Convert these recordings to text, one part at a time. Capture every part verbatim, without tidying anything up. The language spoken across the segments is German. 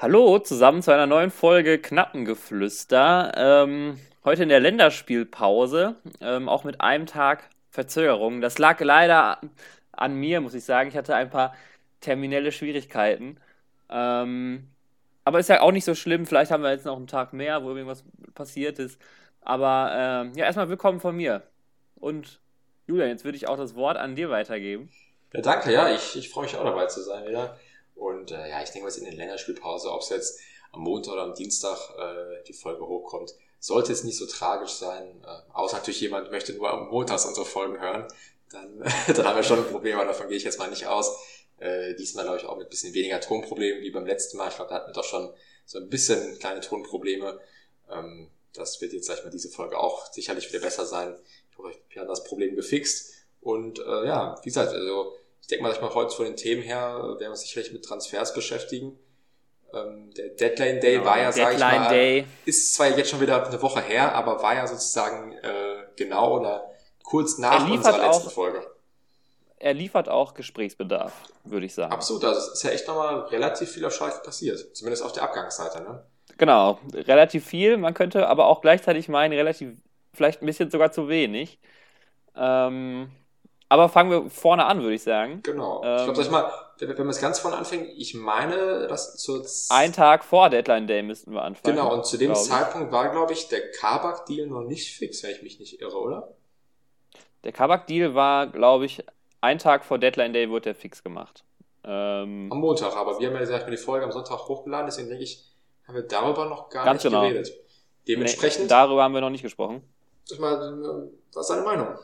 Hallo, zusammen zu einer neuen Folge Knappengeflüster. Ähm, heute in der Länderspielpause, ähm, auch mit einem Tag Verzögerung. Das lag leider an mir, muss ich sagen. Ich hatte ein paar terminelle Schwierigkeiten. Ähm, aber ist ja auch nicht so schlimm. Vielleicht haben wir jetzt noch einen Tag mehr, wo irgendwas passiert ist. Aber ähm, ja, erstmal willkommen von mir. Und Julian, jetzt würde ich auch das Wort an dir weitergeben. Ja, danke, ja, ich, ich freue mich auch dabei zu sein wieder. Und äh, ja, ich denke, wir sind in der Länderspielpause, ob es jetzt am Montag oder am Dienstag äh, die Folge hochkommt, sollte jetzt nicht so tragisch sein. Äh, außer natürlich jemand möchte nur am Montags unsere Folgen hören, dann, dann haben wir schon ein Problem, aber davon gehe ich jetzt mal nicht aus. Äh, diesmal glaube ich auch mit ein bisschen weniger Tonproblemen wie beim letzten Mal. Ich glaube, da hatten wir doch schon so ein bisschen kleine Tonprobleme. Ähm, das wird jetzt, sag ich mal, diese Folge auch sicherlich wieder besser sein. Ich hoffe, wir haben das Problem gefixt. Und äh, ja, wie gesagt, also ich denke mal, dass wir heute von den Themen her werden wir uns sicherlich mit Transfers beschäftigen. Ähm, der Deadline Day Genau, war ja, sage ich Deadline mal, Day. ist zwar jetzt schon wieder eine Woche her, aber war ja sozusagen äh, genau oder kurz Er nach liefert unserer letzten auch, Folge. er liefert auch Gesprächsbedarf, würde ich sagen. Absolut, also es ist ja echt nochmal relativ viel auf Schalke passiert. Zumindest auf der Abgangsseite, ne? Genau, relativ viel. Man könnte aber auch gleichzeitig meinen, relativ, vielleicht ein bisschen sogar zu wenig. Ähm, aber fangen wir vorne an, würde ich sagen. Genau. Ich glaube, sag ich Ähm, mal, wenn, wenn man es ganz vorne anfängt, ich meine, dass so einen Tag vor Deadline Day müssten wir genau, anfangen, und zu dem glaube ich. Zeitpunkt war, glaube ich, der Kabak-Deal noch nicht fix, wenn ich mich nicht irre, oder? Der Kabak-Deal war, glaube ich, einen Tag vor Deadline Day wurde der fix gemacht. Ähm, Am Montag, aber wir haben ja gesagt, die Folge am Sonntag hochgeladen, deswegen denke ich, haben wir darüber noch gar ganz nicht genau. geredet. Nee, Dementsprechend, darüber haben wir noch nicht gesprochen. sag mal, äh, was ist deine Meinung?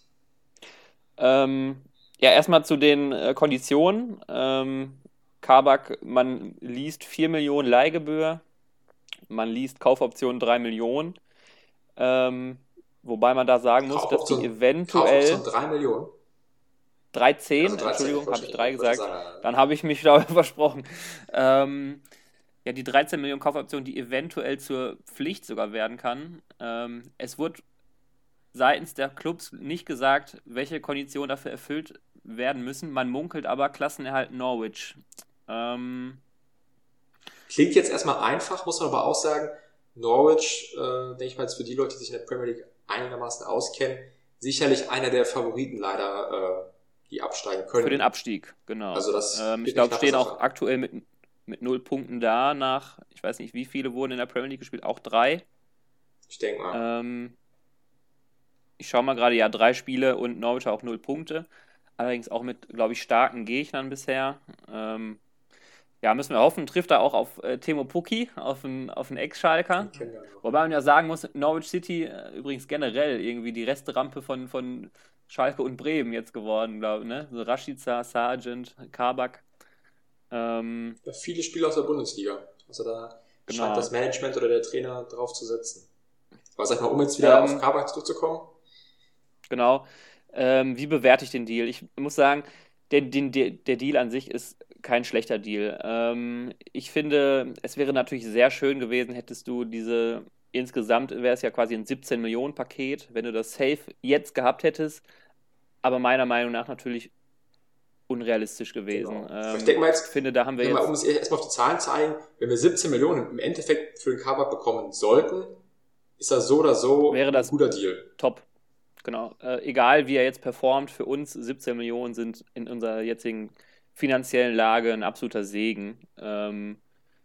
Ähm, ja, erstmal zu den äh, Konditionen. Ähm, Kabak, man liest vier Millionen Leihgebühr, man liest Kaufoption drei Millionen. Ähm, wobei man da sagen muss, dass die Kaufoption, eventuell Kaufoption drei Millionen. Also dreizehn, dreizehn, Entschuldigung, habe ich wahrscheinlich, drei wollte gesagt, sagen. dann habe ich mich da versprochen. Ähm, ja, die dreizehn Millionen Kaufoption, die eventuell zur Pflicht sogar werden kann. Ähm, es wurde seitens der Clubs nicht gesagt, welche Konditionen dafür erfüllt werden müssen. Man munkelt aber Klassenerhalt Norwich. Ähm, Klingt jetzt erstmal einfach, muss man aber auch sagen, Norwich, äh, denke ich mal jetzt für die Leute, die sich in der Premier League einigermaßen auskennen, sicherlich einer der Favoriten leider, äh, die absteigen für den können. Abstieg, genau. Also das Ähm, ich wird eine glaube, knappe stehen auch Sache. aktuell mit, mit null Punkten da nach, ich weiß nicht, wie viele wurden in der Premier League gespielt, auch drei. Ich denke mal. Ähm, ich schaue mal gerade, ja, drei Spiele und Norwich auch null Punkte. Allerdings auch mit, glaube ich, starken Gegnern bisher. Ähm, ja, müssen wir hoffen, trifft er auch auf äh, Timo Pukki, auf einen, auf einen Ex-Schalker. Den kennen wir noch. Wobei man ja sagen muss, Norwich City äh, übrigens generell irgendwie die Resterampe von, von Schalke und Bremen jetzt geworden, glaube ich. Ne? So Rashica, Sargent, Kabak. Ähm, Ja, viele Spieler aus der Bundesliga. Also da scheint das genau. Management oder der Trainer drauf zu setzen. Aber sag mal, um jetzt wieder auf Ähm, Kabak zurückzukommen. genau. Ähm, wie bewerte ich den Deal? Ich muss sagen, der, den, der, der Deal an sich ist kein schlechter Deal. Ähm, ich finde, es wäre natürlich sehr schön gewesen, hättest du diese, insgesamt wäre es ja quasi ein siebzehn Millionen Paket, wenn du das Safe jetzt gehabt hättest, aber meiner Meinung nach natürlich unrealistisch gewesen. Genau. Aber ich Ähm, denke mal ich jetzt, finde, da haben wir wenn wir, um jetzt, es erstmal auf die Zahlen zu einigen, wenn wir siebzehn Millionen im Endeffekt für den Kabak bekommen sollten, ist das so oder so wäre ein das guter Deal. top. Genau. Äh, egal, wie er jetzt performt, für uns siebzehn Millionen sind in unserer jetzigen finanziellen Lage ein absoluter Segen. Ähm,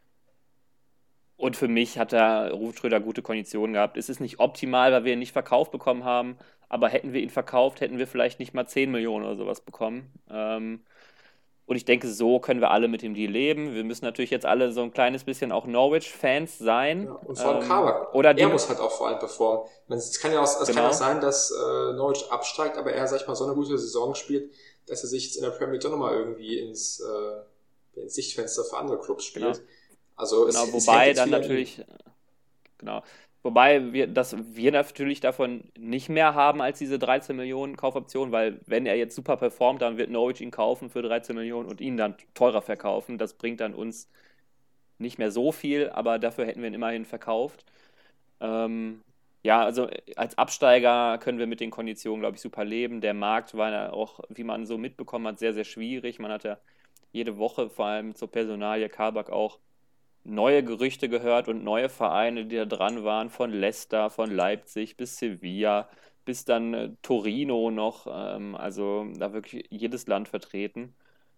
und für mich hat der Ruth Schröder gute Konditionen gehabt. Es ist nicht optimal, weil wir ihn nicht verkauft bekommen haben, aber hätten wir ihn verkauft, hätten wir vielleicht nicht mal zehn Millionen oder sowas bekommen. Ähm, und ich denke, so können wir alle mit dem Deal leben. Wir müssen natürlich jetzt alle so ein kleines bisschen auch Norwich-Fans sein. Ja, und vor allem Ähm, Kabak, oder er die, muss halt auch vor allem performen. Ich meine, es kann ja auch, es kann auch genau, sein, dass äh, Norwich absteigt, aber er, sag ich mal, so eine gute Saison spielt, dass er sich jetzt in der Premier League doch nochmal irgendwie ins, äh, ins Sichtfenster für andere Clubs genau, spielt. Also es, genau. es hängt Wobei jetzt dann viel an ihm. natürlich, genau. Wobei wir, dass wir natürlich davon nicht mehr haben als diese dreizehn Millionen Kaufoption, weil wenn er jetzt super performt, dann wird Norwich ihn kaufen für dreizehn Millionen und ihn dann teurer verkaufen. Das bringt dann uns nicht mehr so viel, aber dafür hätten wir ihn immerhin verkauft. Ähm, ja, also als Absteiger können wir mit den Konditionen, glaube ich, super leben. Der Markt war ja auch, wie man so mitbekommen hat, sehr, sehr schwierig. Man hat ja jede Woche, vor allem zur Personalie Kabak auch neue Gerüchte gehört und neue Vereine, die da dran waren, von Leicester, von Leipzig bis Sevilla, bis dann äh, Torino noch, ähm, also da wirklich jedes Land vertreten.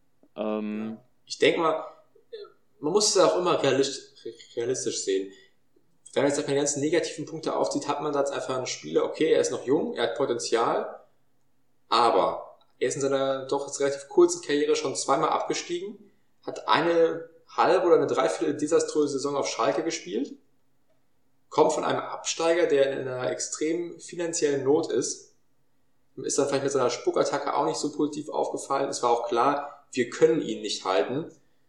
Ähm, Ich denke mal, man muss es auch immer realistisch, realistisch sehen. Wenn man jetzt die ganzen negativen Punkte aufzieht, hat man da jetzt einfach einen Spieler, okay, er ist noch jung, er hat Potenzial, aber er ist in seiner doch jetzt relativ kurzen Karriere schon zweimal abgestiegen, hat eine halbe oder eine dreiviertel desaströse Saison auf Schalke gespielt, kommt von einem Absteiger, der in einer extrem finanziellen Not ist, ist dann vielleicht mit seiner Spuckattacke auch nicht so positiv aufgefallen. Es war auch klar, wir können ihn nicht halten.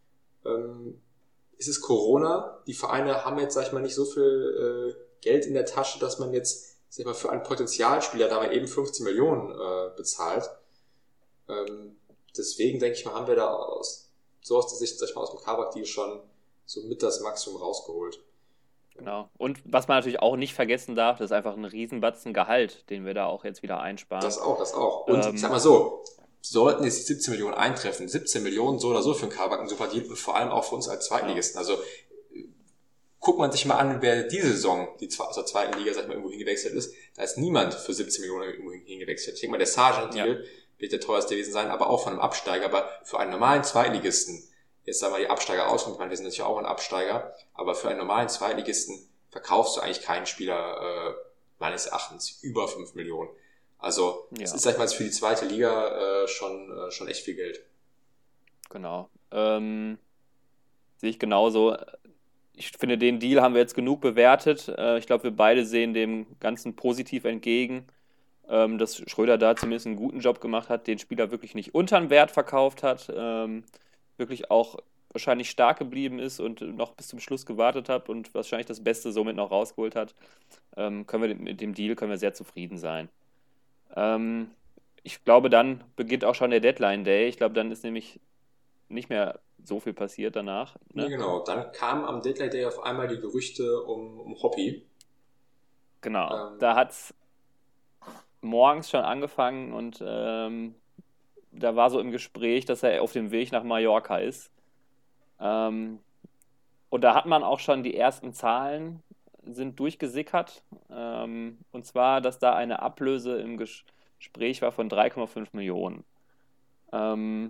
Ähm, es ist Corona, die Vereine haben jetzt, sag ich mal, nicht so viel äh, Geld in der Tasche, dass man jetzt, sag ich mal, für einen Potenzialspieler da mal eben fünfzehn Millionen äh, bezahlt. Ähm, deswegen denke ich mal, haben wir da aus, so aus der Sicht, sag ich mal, aus dem Kabak-Deal schon so mit das Maximum rausgeholt. Genau. Und was man natürlich auch nicht vergessen darf, das ist einfach ein Riesenbatzen Gehalt, den wir da auch jetzt wieder einsparen. Das auch, das auch. Und ähm, ich sag mal so, sollten jetzt die siebzehn Millionen eintreffen, siebzehn Millionen so oder so für den Kabak ein super Deal und vor allem auch für uns als Zweitligisten. Also guckt man sich mal an, wer diese Saison die aus der zweiten Liga, sag ich mal, irgendwo hingewechselt ist, da ist niemand für siebzehn Millionen irgendwo hingewechselt. Ich denke mal, der Sargent-Deal ja. wird der teuerste gewesen sein, aber auch von einem Absteiger. Aber für einen normalen Zweitligisten, jetzt sagen wir die Absteiger aus, ich meine, wir sind natürlich auch ein Absteiger, aber für einen normalen Zweitligisten verkaufst du eigentlich keinen Spieler, äh, meines Erachtens, über fünf Millionen. Also, ja. das ist, sag ich mal, für die zweite Liga äh, schon, äh, schon echt viel Geld. Genau. Ähm, sehe ich genauso. Ich finde, den Deal haben wir jetzt genug bewertet. Äh, ich glaube, wir beide sehen dem Ganzen positiv entgegen, ähm, dass Schröder da zumindest einen guten Job gemacht hat, den Spieler wirklich nicht unter den Wert verkauft hat, ähm, wirklich auch wahrscheinlich stark geblieben ist und noch bis zum Schluss gewartet hat und wahrscheinlich das Beste somit noch rausgeholt hat, ähm, können wir mit dem Deal können wir sehr zufrieden sein. Ähm, ich glaube, dann beginnt auch schon der Deadline Day. Ich glaube, dann ist nämlich nicht mehr so viel passiert danach. Ne? Ja, genau. Dann kamen am Deadline Day auf einmal die Gerüchte um, um Hoppe. Genau. Ähm. Da hat es morgens schon angefangen und ähm, da war so im Gespräch, dass er auf dem Weg nach Mallorca ist. Ähm, und da hat man auch schon die ersten Zahlen sind durchgesickert. Ähm, und zwar, dass da eine Ablöse im Ges- Gespräch war von drei Komma fünf Millionen. Ähm,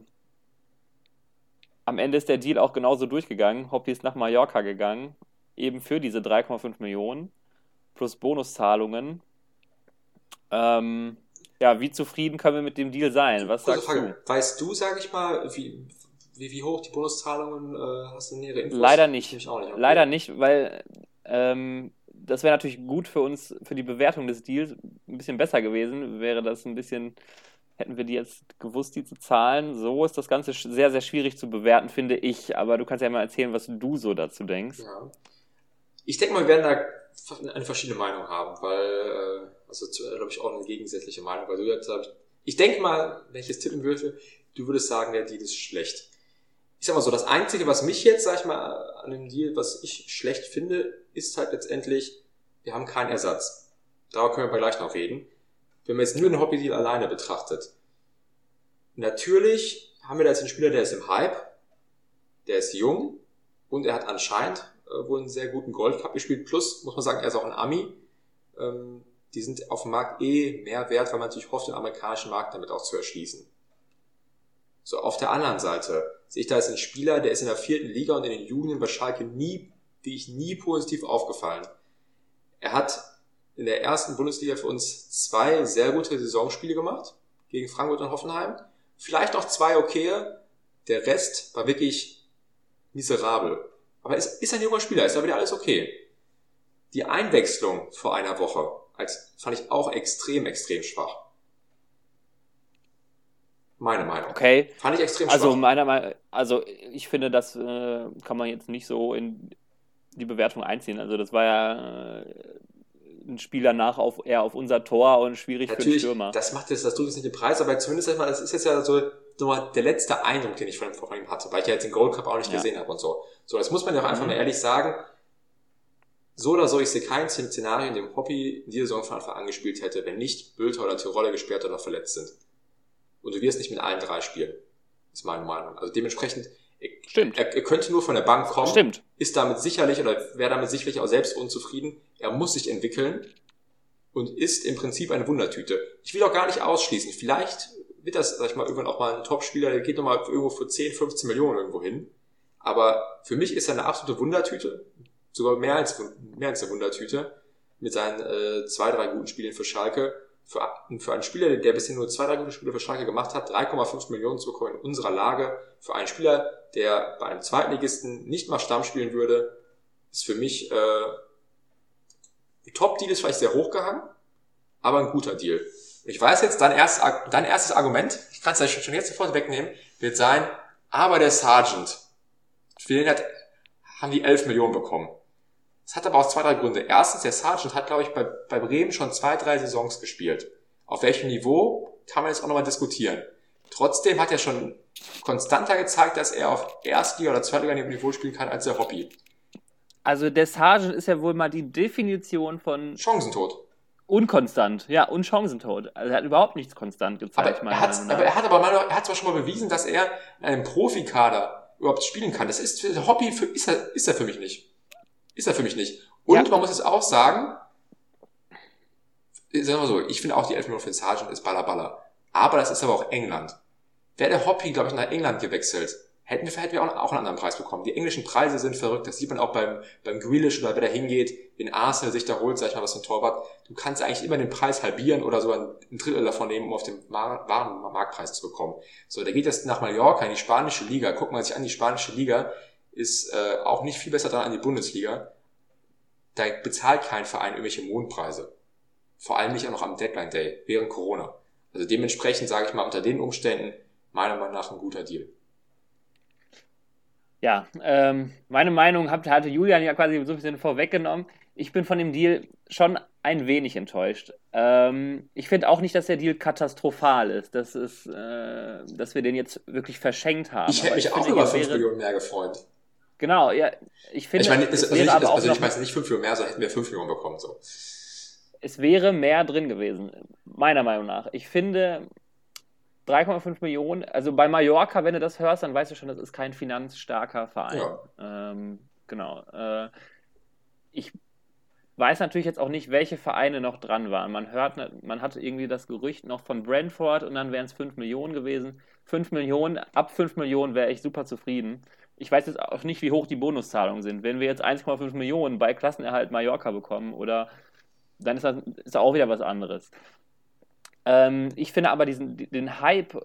am Ende ist der Deal auch genauso durchgegangen. Hoppe ist nach Mallorca gegangen, eben für diese drei Komma fünf Millionen plus Bonuszahlungen. Ähm, ja, wie zufrieden können wir mit dem Deal sein? Was Kurze sagst Frage. du? Weißt du, sag ich mal, wie, wie, wie hoch die Bonuszahlungen, äh, hast du nähere Infos? Leider nicht. Ich auch nicht. Okay. Leider nicht, weil ähm, das wäre natürlich gut für uns, für die Bewertung des Deals ein bisschen besser gewesen. Wäre das ein bisschen, hätten wir die jetzt gewusst, die zu zahlen. So ist das Ganze sehr, sehr schwierig zu bewerten, finde ich. Aber du kannst ja mal erzählen, was du so dazu denkst. Ja. Ich denke mal, wir werden da eine verschiedene Meinung haben, weil, äh, also glaube ich auch eine gegensätzliche Meinung, weil du jetzt, ich, ich denke mal, wenn ich jetzt tippen würde, du würdest sagen, der Deal ist schlecht. Ich sag mal so, das Einzige, was mich jetzt, sag ich mal, an dem Deal, was ich schlecht finde, ist halt letztendlich, wir haben keinen Ersatz. Darüber können wir aber gleich noch reden. Wenn man jetzt nur den Hoppe-Deal alleine betrachtet, natürlich haben wir da jetzt einen Spieler, der ist im Hype, der ist jung und er hat anscheinend äh, wohl einen sehr guten Gold Cup gespielt. Plus, muss man sagen, er ist auch ein Ami. Ähm, die sind auf dem Markt eh mehr wert, weil man natürlich hofft, den amerikanischen Markt damit auch zu erschließen. So, auf der anderen Seite sehe ich da jetzt einen Spieler, der ist in der vierten Liga und in den Jugenden bei Schalke nie, wie ich nie positiv aufgefallen. Er hat in der ersten Bundesliga für uns zwei sehr gute Saisonspiele gemacht, gegen Frankfurt und Hoffenheim. Vielleicht noch zwei okaye, der Rest war wirklich miserabel. Aber es ist ein junger Spieler, ist da wieder alles okay. Die Einwechslung vor einer Woche als, fand ich auch extrem, extrem schwach. Meine Meinung. Okay. Fand ich extrem also schwach. Meiner Meinung, also ich finde, das äh, kann man jetzt nicht so in die Bewertung einziehen. Also das war ja äh, ein Spieler nach auf, eher auf unser Tor und schwierig Natürlich, für den Stürmer. Das macht jetzt, das tut jetzt nicht den Preis, aber zumindest erstmal, das ist jetzt ja so nochmal der letzte Eindruck, den ich von ihm hatte, weil ich ja jetzt den Gold Cup auch nicht ja. gesehen habe und so. So, das muss man ja auch einfach mhm. mal ehrlich sagen. So oder so, ich sehe kein Szenario, in dem Hoppe in dieser Saison von Anfang an gespielt hätte, wenn nicht Bülter oder Tiroler gesperrt oder verletzt sind. Und du wirst nicht mit allen drei spielen. Ist meine Meinung. Also dementsprechend, Stimmt. Er, er könnte nur von der Bank kommen. Stimmt. Ist damit sicherlich oder wäre damit sicherlich auch selbst unzufrieden. Er muss sich entwickeln und ist im Prinzip eine Wundertüte. Ich will auch gar nicht ausschließen. Vielleicht wird das, sag ich mal, irgendwann auch mal ein Top-Spieler, der geht nochmal irgendwo für zehn, fünfzehn Millionen irgendwo hin. Aber für mich ist er eine absolute Wundertüte. Sogar mehr als, mehr als eine Wundertüte. Mit seinen äh, zwei, drei guten Spielen für Schalke. Für, für einen Spieler, der bisher nur zwei, drei gute Spiele für Schalke gemacht hat, drei Komma fünf Millionen zu bekommen in unserer Lage. Für einen Spieler, der bei einem Zweitligisten nicht mal Stamm spielen würde, ist für mich äh, ein Top-Deal ist vielleicht sehr hochgehangen, aber ein guter Deal. Ich weiß jetzt, dein, erst, dein erstes Argument, ich kann es ja schon jetzt sofort wegnehmen, wird sein, aber der Sargent, für den hat, haben die elf Millionen bekommen. Das hat aber auch zwei, drei Gründe. Erstens, der Sargent hat, glaube ich, bei, bei Bremen schon zwei, drei Saisons gespielt. Auf welchem Niveau kann man jetzt auch nochmal diskutieren. Trotzdem hat er schon konstanter gezeigt, dass er auf Erstliga- oder Zweitliga-Niveau spielen kann als der Hoppy. Also der Sargent ist ja wohl mal die Definition von Chancentod. Unkonstant, ja, und Chancentod. Also er hat überhaupt nichts konstant gezeigt. Aber er hat, aber er hat aber mal, er hat zwar schon mal bewiesen, dass er in einem Profikader überhaupt spielen kann. Das ist für der Hoppy, für, ist er, ist er für mich nicht. Ist er für mich nicht. Und ja. Man muss jetzt auch sagen, sagen wir so, ich finde auch die elf Millionen für den Sargent ist Baller Baller. Aber das ist aber auch England. Wäre der Hoppy, glaube ich, nach England gewechselt, hätten wir, hätten wir auch einen anderen Preis bekommen. Die englischen Preise sind verrückt. Das sieht man auch beim, beim Grealish oder wer da hingeht, wenn Arsenal sich da holt, sag ich mal, was für ein Torwart. Du kannst eigentlich immer den Preis halbieren oder sogar ein Drittel davon nehmen, um auf den wahren Marktpreis zu bekommen. So, da geht das nach Mallorca in die spanische Liga. Guckt man sich an, die spanische Liga ist äh, auch nicht viel besser dran an die Bundesliga. Da bezahlt kein Verein irgendwelche Mondpreise. Vor allem nicht auch noch am Deadline Day, während Corona. Also dementsprechend, sage ich mal, unter den Umständen meiner Meinung nach ein guter Deal. Ja, ähm, meine Meinung hat, hatte Julian ja quasi so ein bisschen vorweggenommen. Ich bin von dem Deal schon ein wenig enttäuscht. Ähm, ich finde auch nicht, dass der Deal katastrophal ist, dass, es, äh, dass wir den jetzt wirklich verschenkt haben. Ich hätte mich auch über fünf Millionen mehr gefreut. Genau, ja. Ich finde, ich meine, das, es also wäre ich, aber auch also noch, ich meine nicht fünf Millionen mehr, sondern hätten wir fünf Millionen bekommen. So. Es wäre mehr drin gewesen, meiner Meinung nach. Ich finde drei Komma fünf Millionen, also bei Mallorca, wenn du das hörst, dann weißt du schon, das ist kein finanzstarker Verein. Ja. Ähm, genau. Äh, ich weiß natürlich jetzt auch nicht, welche Vereine noch dran waren. Man hört, man hatte irgendwie das Gerücht noch von Brentford und dann wären es fünf Millionen gewesen. fünf Millionen, ab fünf Millionen wäre ich super zufrieden. Ich weiß jetzt auch nicht, wie hoch die Bonuszahlungen sind. Wenn wir jetzt eins Komma fünf Millionen bei Klassenerhalt Mallorca bekommen, oder dann ist das, ist das auch wieder was anderes. Ähm, ich finde aber diesen, den Hype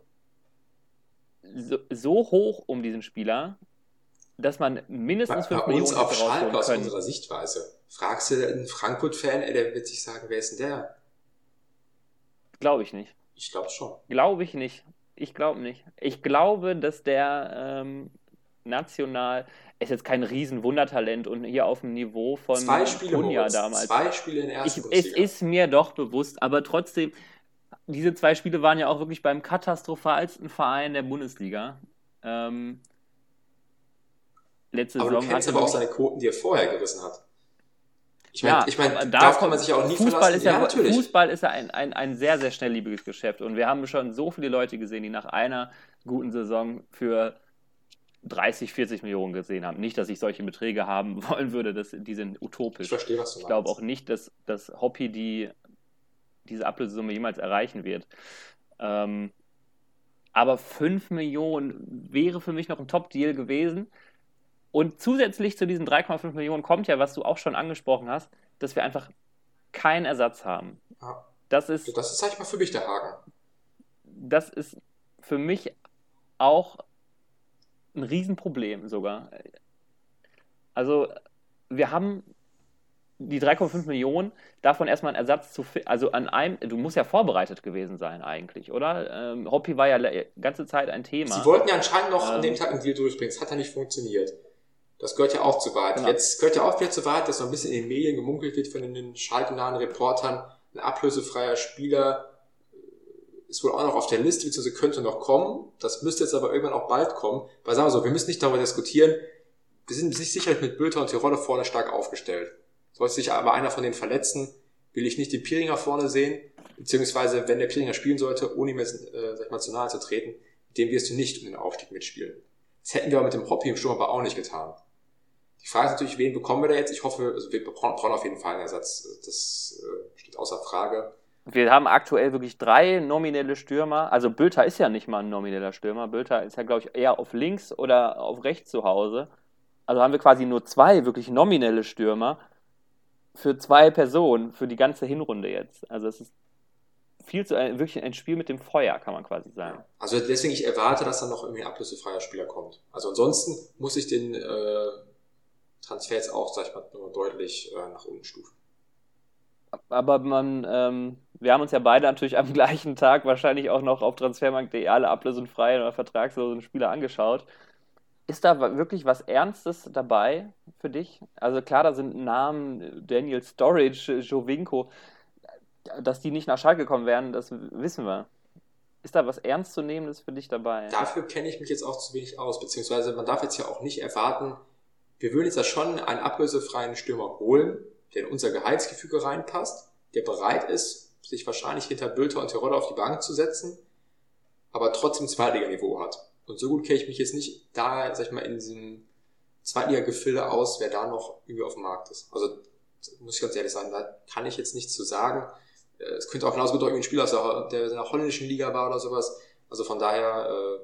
so, so hoch um diesen Spieler, dass man mindestens bei, fünf bei Millionen uns auf Schalke aus können. unserer Sichtweise. Fragst du einen Frankfurt-Fan, ey, der wird sich sagen, wer ist denn der? Glaube ich nicht. Ich glaube schon. Glaube ich nicht. Ich glaube nicht. Ich glaube, dass der ähm, national ist jetzt kein Riesenwundertalent und hier auf dem Niveau von zwei Spiele Kunja damals. Zwei Spiele in der ersten ich, Bundesliga. Es ist mir doch bewusst, aber trotzdem, diese zwei Spiele waren ja auch wirklich beim katastrophalsten Verein der Bundesliga. Ähm, letzte aber Saison du kennst aber auch seine Quoten, die er vorher gerissen hat. Ich meine, ja, ich mein, da darauf kann man sich auch nie Fußball verlassen. Ist ja, ja, natürlich. Fußball ist ja ein, ein, ein sehr, sehr schnelllebiges Geschäft. Und wir haben schon so viele Leute gesehen, die nach einer guten Saison für dreißig, vierzig Millionen gesehen haben. Nicht, dass ich solche Beträge haben wollen würde, das, die sind utopisch. Ich verstehe, was du meinst. Ich glaube auch nicht, dass das Hoppy die, diese Ablösesumme jemals erreichen wird. Ähm, aber fünf Millionen wäre für mich noch ein Top-Deal gewesen. Und zusätzlich zu diesen drei Komma fünf Millionen kommt ja, was du auch schon angesprochen hast, dass wir einfach keinen Ersatz haben. Ja. Das ist, das ist, sag ich mal, für mich der Haken. Das ist für mich auch ein Riesenproblem sogar. Also wir haben die drei Komma fünf Millionen, davon erstmal einen Ersatz zu finden, also an einem, du musst ja vorbereitet gewesen sein eigentlich, oder? Ähm, Hoppy war ja die ganze Zeit ein Thema. Sie wollten ja anscheinend noch ähm, an dem Tag einen Deal durchbringen, das hat ja nicht funktioniert. Das gehört ja auch zur Wahrheit. Genau. Jetzt gehört ja auch wieder zur Wahrheit, dass so ein bisschen in den Medien gemunkelt wird von den schalkenahen Reportern, ein ablösefreier Spieler ist wohl auch noch auf der Liste, beziehungsweise könnte noch kommen. Das müsste jetzt aber irgendwann auch bald kommen. Weil sagen wir so, wir müssen nicht darüber diskutieren, wir sind sich sicherlich mit Bülter und Terodde vorne stark aufgestellt. Sollte sich aber einer von denen verletzen, will ich nicht den Piringer vorne sehen, beziehungsweise wenn der Piringer spielen sollte, ohne ihm jetzt, äh, sag ich mal, zu nahe zu treten, mit dem wirst du nicht um den Aufstieg mitspielen. Das hätten wir aber mit dem Hoppe im Sturm aber auch nicht getan. Die Frage ist natürlich, wen bekommen wir da jetzt? Ich hoffe, also wir brauchen auf jeden Fall einen Ersatz. Das äh, steht außer Frage. Wir haben aktuell wirklich drei nominelle Stürmer. Also Bülter ist ja nicht mal ein nomineller Stürmer. Bülter ist ja, glaube ich, eher auf links oder auf rechts zu Hause. Also haben wir quasi nur zwei wirklich nominelle Stürmer für zwei Personen für die ganze Hinrunde jetzt. Also es ist viel zu ein, wirklich ein Spiel mit dem Feuer, kann man quasi sagen. Ja. Also deswegen, ich erwarte, dass dann noch irgendwie ein ablösefreier Spieler kommt. Also ansonsten muss ich den äh, Transfer jetzt auch, sag ich mal, nur deutlich äh, nach unten stufen. Aber man, ähm, wir haben uns ja beide natürlich am gleichen Tag wahrscheinlich auch noch auf transfermarkt punkt de alle ablösefreien oder vertragslosen Spieler angeschaut. Ist da wirklich was Ernstes dabei für dich? Also klar, da sind Namen, Daniel Sturridge, Jovinko, dass die nicht nach Schalke kommen werden, das wissen wir. Ist da was Ernstzunehmendes für dich dabei? Dafür kenne ich mich jetzt auch zu wenig aus, beziehungsweise man darf jetzt ja auch nicht erwarten, wir würden jetzt ja schon einen ablösefreien Stürmer holen, der in unser Gehaltsgefüge reinpasst, der bereit ist, sich wahrscheinlich hinter Bülter und Terodde auf die Bank zu setzen, aber trotzdem Zweitliganiveau hat. Und so gut kenne ich mich jetzt nicht da, sag ich mal, in diesem Zweitliga-Gefilde aus, wer da noch irgendwie auf dem Markt ist. Also, muss ich ganz ehrlich sagen, da kann ich jetzt nichts zu sagen. Es könnte auch genauso gut irgendwie ein Spieler aus der, der in der holländischen Liga war oder sowas. Also von daher, äh,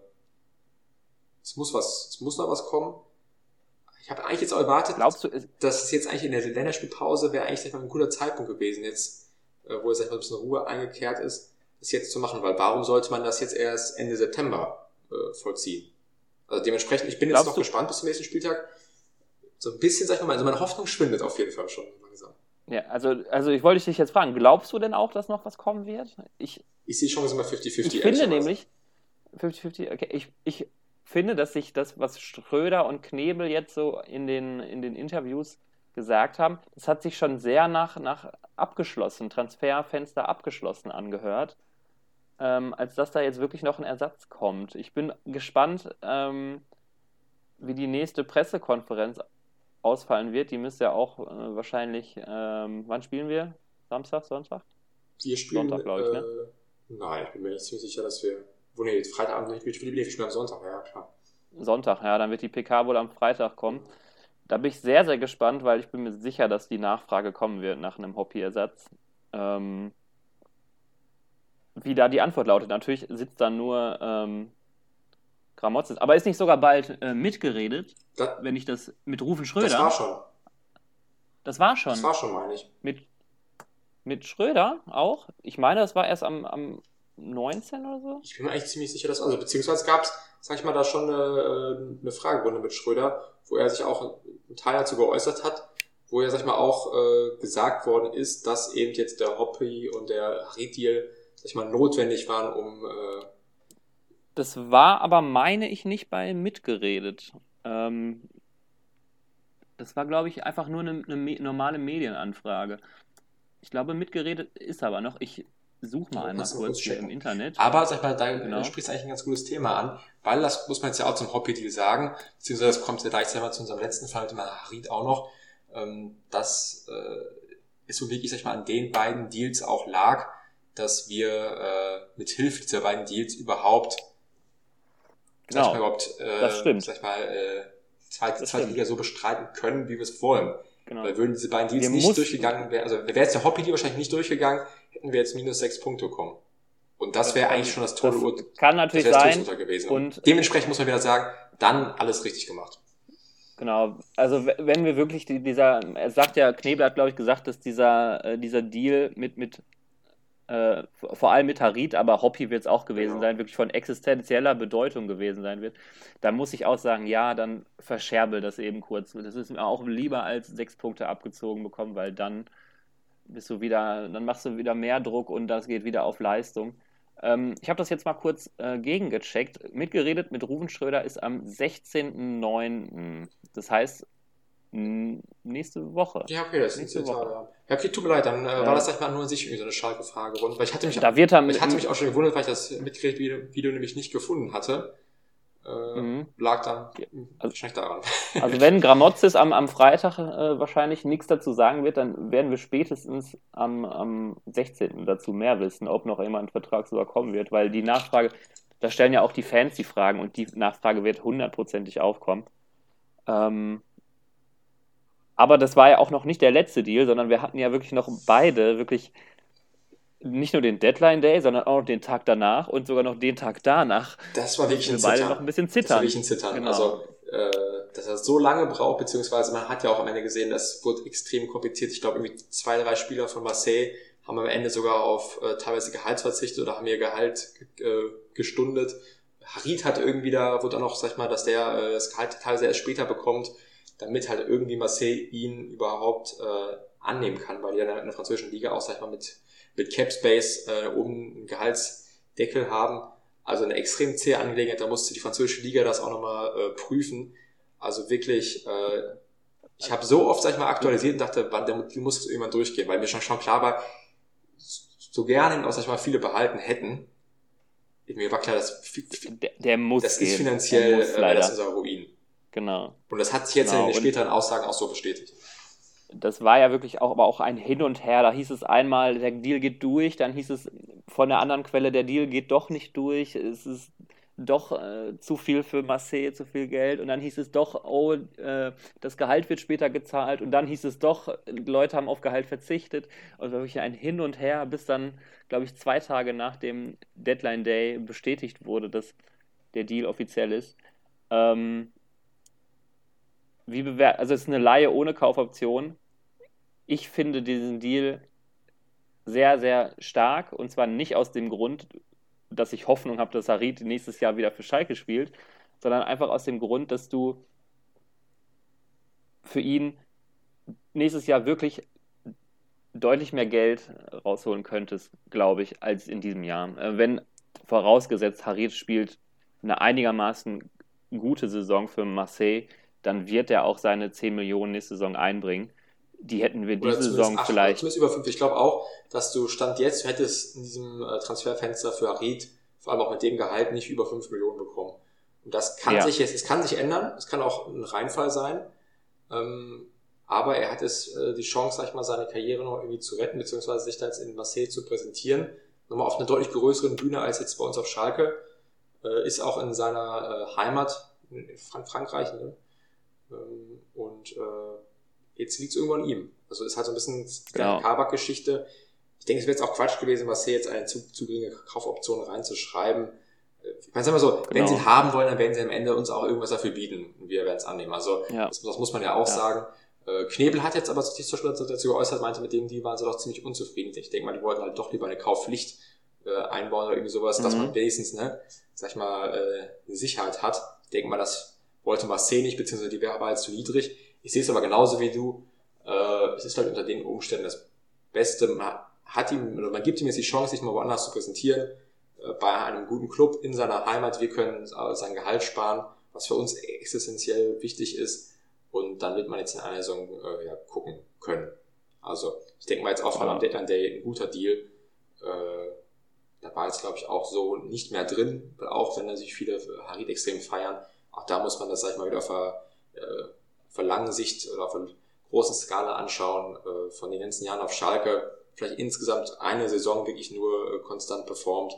es muss was, es muss noch was kommen. Ich habe eigentlich jetzt auch erwartet, Glaubst du, dass es jetzt eigentlich in der Länderspielpause wäre eigentlich, sag ich mal, ein guter Zeitpunkt gewesen, jetzt, äh, wo jetzt, sag ich mal, ein bisschen Ruhe eingekehrt ist, das jetzt zu machen, weil warum sollte man das jetzt erst Ende September äh, vollziehen? Also dementsprechend, ich bin jetzt noch du? gespannt bis zum nächsten Spieltag. So ein bisschen, sag ich mal, also meine Hoffnung schwindet auf jeden Fall schon langsam. Ja, also, also ich wollte dich jetzt fragen, glaubst du denn auch, dass noch was kommen wird? Ich, ich sehe Chancen mal fünfzig fünfzig. Ich finde nämlich, fünfzig fünfzig, okay, ich, ich finde, dass sich das, was Schröder und Knebel jetzt so in den, in den Interviews gesagt haben, das hat sich schon sehr nach, nach abgeschlossen, Transferfenster abgeschlossen angehört, ähm, als dass da jetzt wirklich noch ein Ersatz kommt. Ich bin gespannt, ähm, wie die nächste Pressekonferenz ausfallen wird. Die müsste ja auch äh, wahrscheinlich, ähm, wann spielen wir? Samstag, Sonntag? Wir spielen, Sonntag, glaube ich, ne? Äh, nein, ich bin mir nicht ziemlich sicher, dass wir, wo nee, Freitagabend nicht, wir spielen, wir spielen am Sonntag, ja, klar. Sonntag, ja, dann wird die P K wohl am Freitag kommen. Da bin ich sehr, sehr gespannt, weil ich bin mir sicher, dass die Nachfrage kommen wird nach einem Hoppy-Ersatz. Ähm, wie da die Antwort lautet. Natürlich sitzt da nur ähm, Gramotzes. Aber ist nicht sogar bald äh, mitgeredet, das, wenn ich das mit Rufen Schröder... Das war schon. Das war schon. Das war schon, meine ich. Mit, mit Schröder auch? Ich meine, das war erst am, am neunzehnten oder so? Ich bin mir eigentlich ziemlich sicher, dass... Also beziehungsweise gab es, sag ich mal, da schon eine, eine Fragerunde mit Schröder, wo er sich auch einen Teil dazu geäußert hat, wo ja, sag ich mal, auch äh, gesagt worden ist, dass eben jetzt der Hoppy und der Harit-Deal, sag ich mal, notwendig waren, um... Äh, Das war aber, meine ich, nicht bei mitgeredet. Ähm, das war, glaube ich, einfach nur eine, eine me- normale Medienanfrage. Ich glaube, mitgeredet ist aber noch. Ich suche mal einmal kurz hier im Internet. Aber, sag ich mal, da Genau. sprichst du eigentlich ein ganz gutes Thema an, weil das muss man jetzt ja auch zum Hoppy-Deal sagen, beziehungsweise das kommt ja gleich selber zu unserem letzten Fall mit dem Harit auch noch, ähm, dass äh, es so wirklich, sag ich mal, an den beiden Deals auch lag, dass wir äh, mit Hilfe dieser beiden Deals überhaupt Genau, sag ich mal, überhaupt, äh, das stimmt. Sag ich mal, äh, zweite, Das zweite stimmt. Liga so bestreiten können, wie wir es wollen. Genau. Weil würden diese beiden Deals Wir nicht mussten- durchgegangen wären, also wäre jetzt der Hoppy-Deal wahrscheinlich nicht durchgegangen, hätten wir jetzt minus sechs Punkte bekommen. Und das wäre eigentlich schon das Das tolle Ur- kann natürlich das wäre das sein. Todesurteil gewesen. Und dementsprechend muss man wieder sagen, dann alles richtig gemacht. Genau, also w- wenn wir wirklich die, dieser, er sagt ja, Knebel hat, glaube ich, gesagt, dass dieser, äh, dieser Deal mit, mit äh, v- vor allem mit Harit, aber Hoppy wird es auch gewesen Genau. sein, wirklich von existenzieller Bedeutung gewesen sein wird, dann muss ich auch sagen, ja, dann verscherbel das eben kurz. Das ist mir auch lieber als sechs Punkte abgezogen bekommen, weil dann bist du wieder, dann machst du wieder mehr Druck und das geht wieder auf Leistung. Ähm, ich habe das jetzt mal kurz äh, gegengecheckt. Mitgeredet mit Ruven Schröder ist am sechzehnten neunten Das heißt, n- nächste Woche. Ja, okay, das sind Nächste zehn Woche. Tage. Ja, Ja, okay, tut mir leid, dann äh, Ja. war das, sag ich mal, nur an sich irgendwie so eine Schalke-Frage. Weil ich hatte mich, Da wird er ich hatte mit, mich auch schon gewundert, weil ich das Mitgerät-Video nämlich nicht gefunden hatte. Äh, Mhm. Lag dann Ja, mh, also- wahrscheinlich daran. also wenn Gramotzes am, am Freitag äh, wahrscheinlich nichts dazu sagen wird, dann werden wir spätestens am, am sechzehnten dazu mehr wissen, ob noch jemand vertragsüber kommen wird, weil die Nachfrage, da stellen ja auch die Fans die Fragen und die Nachfrage wird hundertprozentig aufkommen. Ähm, aber das war ja auch noch nicht der letzte Deal, sondern wir hatten ja wirklich noch beide wirklich nicht nur den Deadline Day, sondern auch noch den Tag danach und sogar noch den Tag danach. Das war wirklich ein wir beide Zittern. noch ein bisschen Das war zittern. wirklich ein Zittern. Genau. Also, äh, dass er so lange braucht, beziehungsweise man hat ja auch am Ende gesehen, das wurde extrem kompliziert. Ich glaube, irgendwie zwei, drei Spieler von Marseille haben am Ende sogar auf äh, teilweise Gehalt verzichtet oder haben ihr Gehalt äh, gestundet. Harit hat irgendwie da, wurde auch noch, sag ich mal, dass der äh, das Gehalt teilweise erst später bekommt, damit halt irgendwie Marseille ihn überhaupt äh, annehmen kann, weil die ja in der französischen Liga auch, sag ich mal, mit, mit Cap Space äh, oben einen Gehaltsdeckel haben. Also eine extrem zähe Angelegenheit, da musste die französische Liga das auch nochmal äh, prüfen. Also wirklich, äh, ich habe so oft, sag ich mal, aktualisiert und dachte, wann der Deal muss jetzt irgendwann durchgehen, weil mir schon, schon klar war, so gerne ihn auch, sag ich mal, viele behalten hätten. Mir war klar, dass der, der muss das gehen. ist finanziell muss, äh, das ist unser Ruin. Genau. Und das hat sich jetzt genau. in den späteren Aussagen auch so bestätigt. Das war ja wirklich auch, aber auch ein Hin und Her. Da hieß es einmal, der Deal geht durch, dann hieß es von der anderen Quelle, der Deal geht doch nicht durch. Es ist doch äh, zu viel für Marseille, zu viel Geld. Und dann hieß es doch, oh, äh, das Gehalt wird später gezahlt. Und dann hieß es doch, Leute haben auf Gehalt verzichtet. Und wirklich ein Hin und Her, bis dann, glaube ich, zwei Tage nach dem Deadline Day bestätigt wurde, dass der Deal offiziell ist. Ähm, Wie bewert, also es ist eine Leihe ohne Kaufoption. Ich finde diesen Deal sehr, sehr stark und zwar nicht aus dem Grund, dass ich Hoffnung habe, dass Harit nächstes Jahr wieder für Schalke spielt, sondern einfach aus dem Grund, dass du für ihn nächstes Jahr wirklich deutlich mehr Geld rausholen könntest, glaube ich, als in diesem Jahr. Wenn vorausgesetzt, Harit spielt eine einigermaßen gute Saison für Marseille, dann wird er auch seine zehn Millionen nächste Saison einbringen. Die hätten wir diese Saison acht, vielleicht... Zumindest über fünf. Ich glaube auch, dass du Stand jetzt, du hättest in diesem äh, Transferfenster für Harit, vor allem auch mit dem Gehalt, nicht über fünf Millionen bekommen. Und das kann ja. sich jetzt, es kann sich ändern, es kann auch ein Reinfall sein, ähm, aber er hat es äh, die Chance, sag ich mal, seine Karriere noch irgendwie zu retten, beziehungsweise sich da jetzt in Marseille zu präsentieren. Nochmal auf einer deutlich größeren Bühne als jetzt bei uns auf Schalke. Äh, ist auch in seiner äh, Heimat, in Frank- Frankreich, ne? ähm, und äh, jetzt liegt es irgendwo an ihm. Also ist halt so ein bisschen genau. eine Kabak-Geschichte. Ich denke, es wäre jetzt auch Quatsch gewesen, Marseille jetzt eine zu, zu geringe Kaufoption reinzuschreiben. Ich meine, sagen wir so, genau. wenn sie ihn haben wollen, dann werden sie am Ende uns auch irgendwas dafür bieten und wir werden es annehmen. Also ja. das, das muss man ja auch ja. sagen. Knebel hat jetzt aber sich dazu geäußert, meinte, mit dem die waren sie doch ziemlich unzufrieden. Ich denke mal, die wollten halt doch lieber eine Kaufpflicht äh, einbauen oder irgendwie sowas, mhm. dass man wenigstens, ne, sag ich mal, äh, eine Sicherheit hat. Ich denke mal, das wollte Marseille nicht, beziehungsweise die wäre halt zu niedrig. Ich sehe es aber genauso wie du. Äh, es ist halt unter den Umständen das Beste. Man hat ihm, oder man gibt ihm jetzt die Chance, sich mal woanders zu präsentieren, äh, bei einem guten Club in seiner Heimat. Wir können äh, sein Gehalt sparen, was für uns existenziell wichtig ist. Und dann wird man jetzt in einer Saison äh, ja, gucken können. Also ich denke mal jetzt auch vor allem am Deadline Day ein guter Deal. Äh, da war jetzt, glaube ich, auch so nicht mehr drin, weil auch wenn natürlich viele Harit extrem feiern, auch da muss man das, sag ich mal, wieder auf der, äh, auf der langen Sicht oder auf der großen Skala anschauen. Äh, von den ganzen Jahren auf Schalke vielleicht insgesamt eine Saison wirklich nur äh, konstant performt.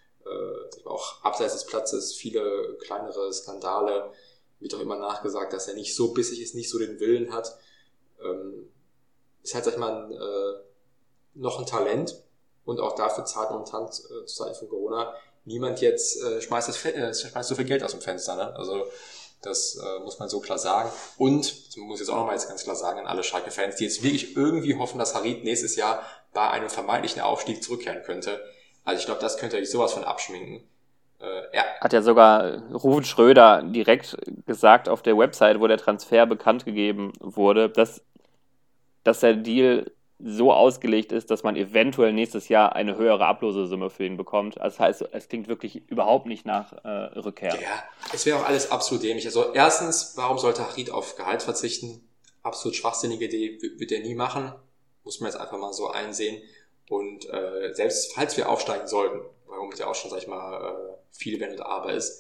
Äh, auch abseits des Platzes viele kleinere Skandale. Wird auch immer nachgesagt, dass er nicht so bissig ist, nicht so den Willen hat. Ähm, ist halt, sag ich mal, ein, äh, noch ein Talent und auch dafür zahlt momentan äh, zur Zeit von Corona niemand jetzt äh, schmeißt, das, äh, schmeißt so viel Geld aus dem Fenster. Ne? Also das äh, muss man so klar sagen. Und, das muss ich jetzt auch nochmal jetzt ganz klar sagen an alle Schalke-Fans, die jetzt wirklich irgendwie hoffen, dass Harit nächstes Jahr bei einem vermeintlichen Aufstieg zurückkehren könnte. Also ich glaube, das könnte euch sowas von abschminken. Äh, ja. Hat ja sogar Ruven Schröder direkt gesagt auf der Website, wo der Transfer bekannt gegeben wurde, dass, dass der Deal so ausgelegt ist, dass man eventuell nächstes Jahr eine höhere Ablösesumme für ihn bekommt. Also das heißt, es klingt wirklich überhaupt nicht nach äh, Rückkehr. Ja, es wäre auch alles absolut dämlich. Also erstens, warum sollte Harit auf Gehalt verzichten? Absolut schwachsinnige Idee, wird er nie machen. Muss man jetzt einfach mal so einsehen. Und äh, selbst falls wir aufsteigen sollten, warum es ja auch schon, sag ich mal, äh, viel Wenn und Aber ist,